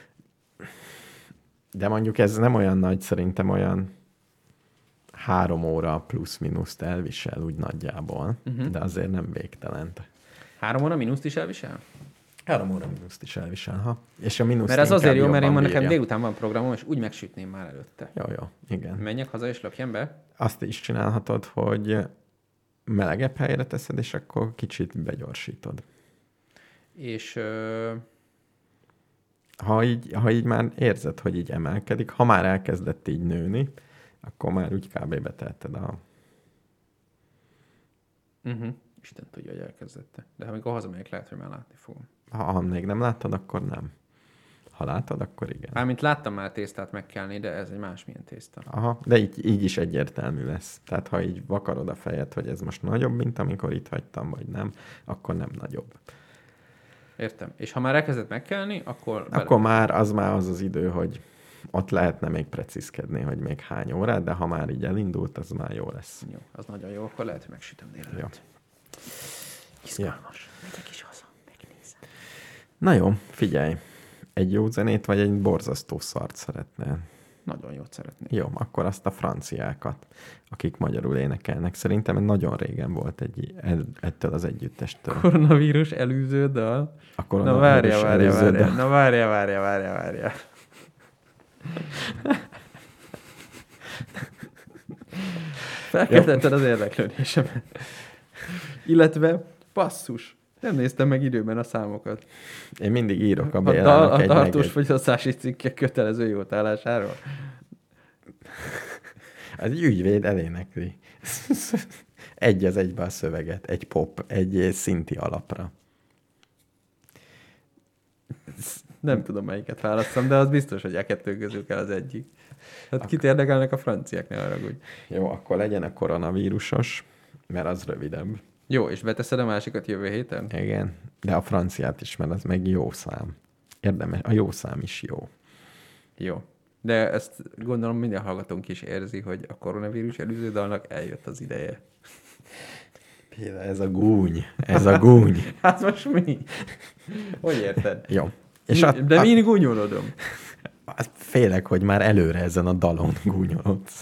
de mondjuk ez nem olyan nagy, szerintem olyan 3 óra plusz-minuszt elvisel úgy nagyjából, de azért nem végtelen. 3 óra mínuszt is elvisel? 3 óra mínuszt is elvisel, ha. És a mínusz Mert ez azért jó, mert én ma nekem bírja. délután van programom, és úgy megsütném már előtte. Jó, igen. Menjek haza, és lökjem be? Azt is csinálhatod, hogy melegebb helyre teszed, és akkor kicsit begyorsítod. És Ha így már érzed, hogy így emelkedik, ha már elkezdett így nőni, akkor már úgy kb. Betelted a... Isten tudja, hogy elkezdette. De ha amikor hazamegyek, lehet, hogy már látni fogom. Ha még nem láttad, akkor nem. Ha látod, akkor igen. Mármint láttam már tésztát megkelni, de ez egy másmilyen tészta. Aha, de így is egyértelmű lesz. Tehát ha így vakarod a fejed, hogy ez most nagyobb, mint amikor itt hagytam, vagy nem, akkor nem nagyobb. Értem. És ha már elkezdett megkelni, akkor... Akkor már az idő, hogy ott lehetne még precízkedni, hogy még hány órát, de ha már így elindult, az már jó lesz. Jó, az nagyon jó, akkor lehet, hogy megsütöm délelőtt. Izgalmas. Megyek is haza, megnézem. Na jó, figyelj. Egy jó zenét, vagy egy borzasztó szart szeretnél? Nagyon jót szeretnék. Jó, akkor azt a franciákat, akik magyarul énekelnek. Szerintem nagyon régen volt ettől az együttestől. Koronavírus előző dal. A koronavírus előző dal. Na várja. Felkeltetted az érdeklődésemet. Illetve basszus. Nem néztem meg időben a számokat. Én mindig írok a A Bélának tartós fogyasztási cikkek kötelező jótállásáról. Az ügyvéd elénekli. Egy az egybe a szöveget. Egy pop, egy szinti alapra. Nem tudom, melyiket választom, de az biztos, hogy a kettő közül kell az egyik. Hát kit érdekelnek a franciák, ne haragudj. Jó, akkor legyen a koronavírusos, mert az rövidebb. Jó, és beteszed a másikat jövő héten? Igen, de a franciát is, mert az meg jó szám. Érdemes, a jó szám is jó. Jó. De ezt gondolom minden hallgatónk is érzi, hogy a koronavírus előző dalnak eljött az ideje. Például ez a gúny. Hát most mi? Hogy érted? Jó. De mi gúnyolodom? Félek, hogy már előre ezen a dalon gúnyolodsz.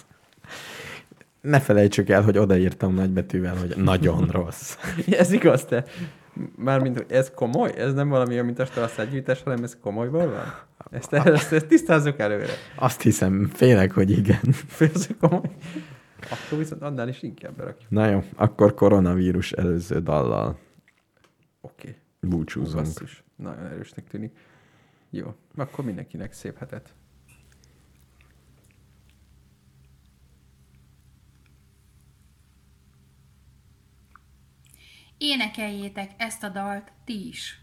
Ne felejtsük el, hogy odaírtam nagybetűvel, hogy nagyon rossz. Ez igaz, te Mármint, hogy ez komoly? Ez nem valami, mint a strasszátgyűjtés, hanem ez komolyból van? Ezt tisztázzuk előre. Azt hiszem, félek, hogy igen. Félsz, komoly? Akkor viszont annál is inkább berakjuk. Na jó, akkor koronavírus előző dallal Oké. búcsúzunk. Basszus. Nagyon erősnek tűnik. Jó, akkor mindenkinek szép hetet. Énekeljétek ezt a dalt ti is.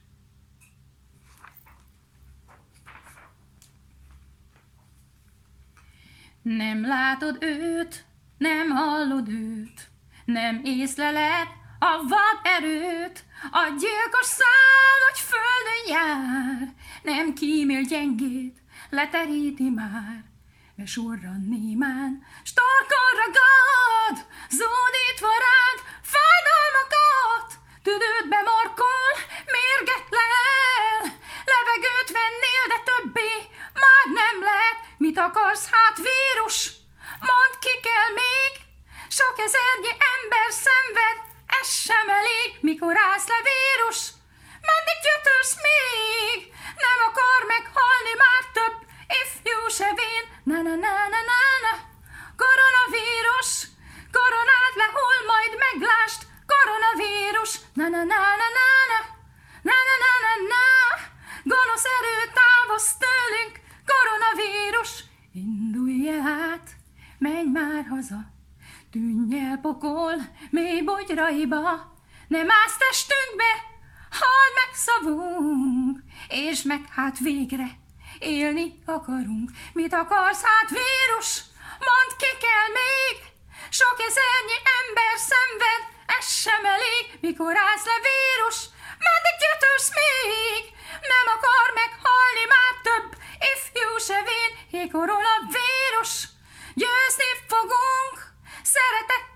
Nem látod őt, nem hallod őt, nem észleled a vad erőt, a gyilkos szál vagy földön jár, nem kímél gyengét, leteríti már, besurran némán, starkon ragad, zódítva rád fájdalmakat, tüdőt bemarkol, mérget lel, levegőt vennél, de többé már nem lehet, mit akarsz hát vírus, mondd ki kell még, sok ezernyi ember szenved, ez sem elég, mikor állsz le vírus, meddig gyötörsz még, nem akar meghalni már több, ifjú se vén, na-na-na-na-na-na, koronavírus, koronád lehol, majd meglást, koronavírus, na-na-na-na-na-na, na-na-na-na-na, gonosz erő távozz tőlünk, koronavírus, indulj el hát, menj már haza, tűnj el pokol, mély bogyraiba, nem állsz testünkbe, halld meg szavunk, és meg hát végre, élni akarunk. Mit akarsz hát vírus? Mondd ki kell még, sok ezernyi ember szenved, ez sem elég, mikor állsz le vírus, meddig gyötörsz még, nem akar meghalni már több, ifjú se vén, koronavírus, győzni fogunk, szeretettel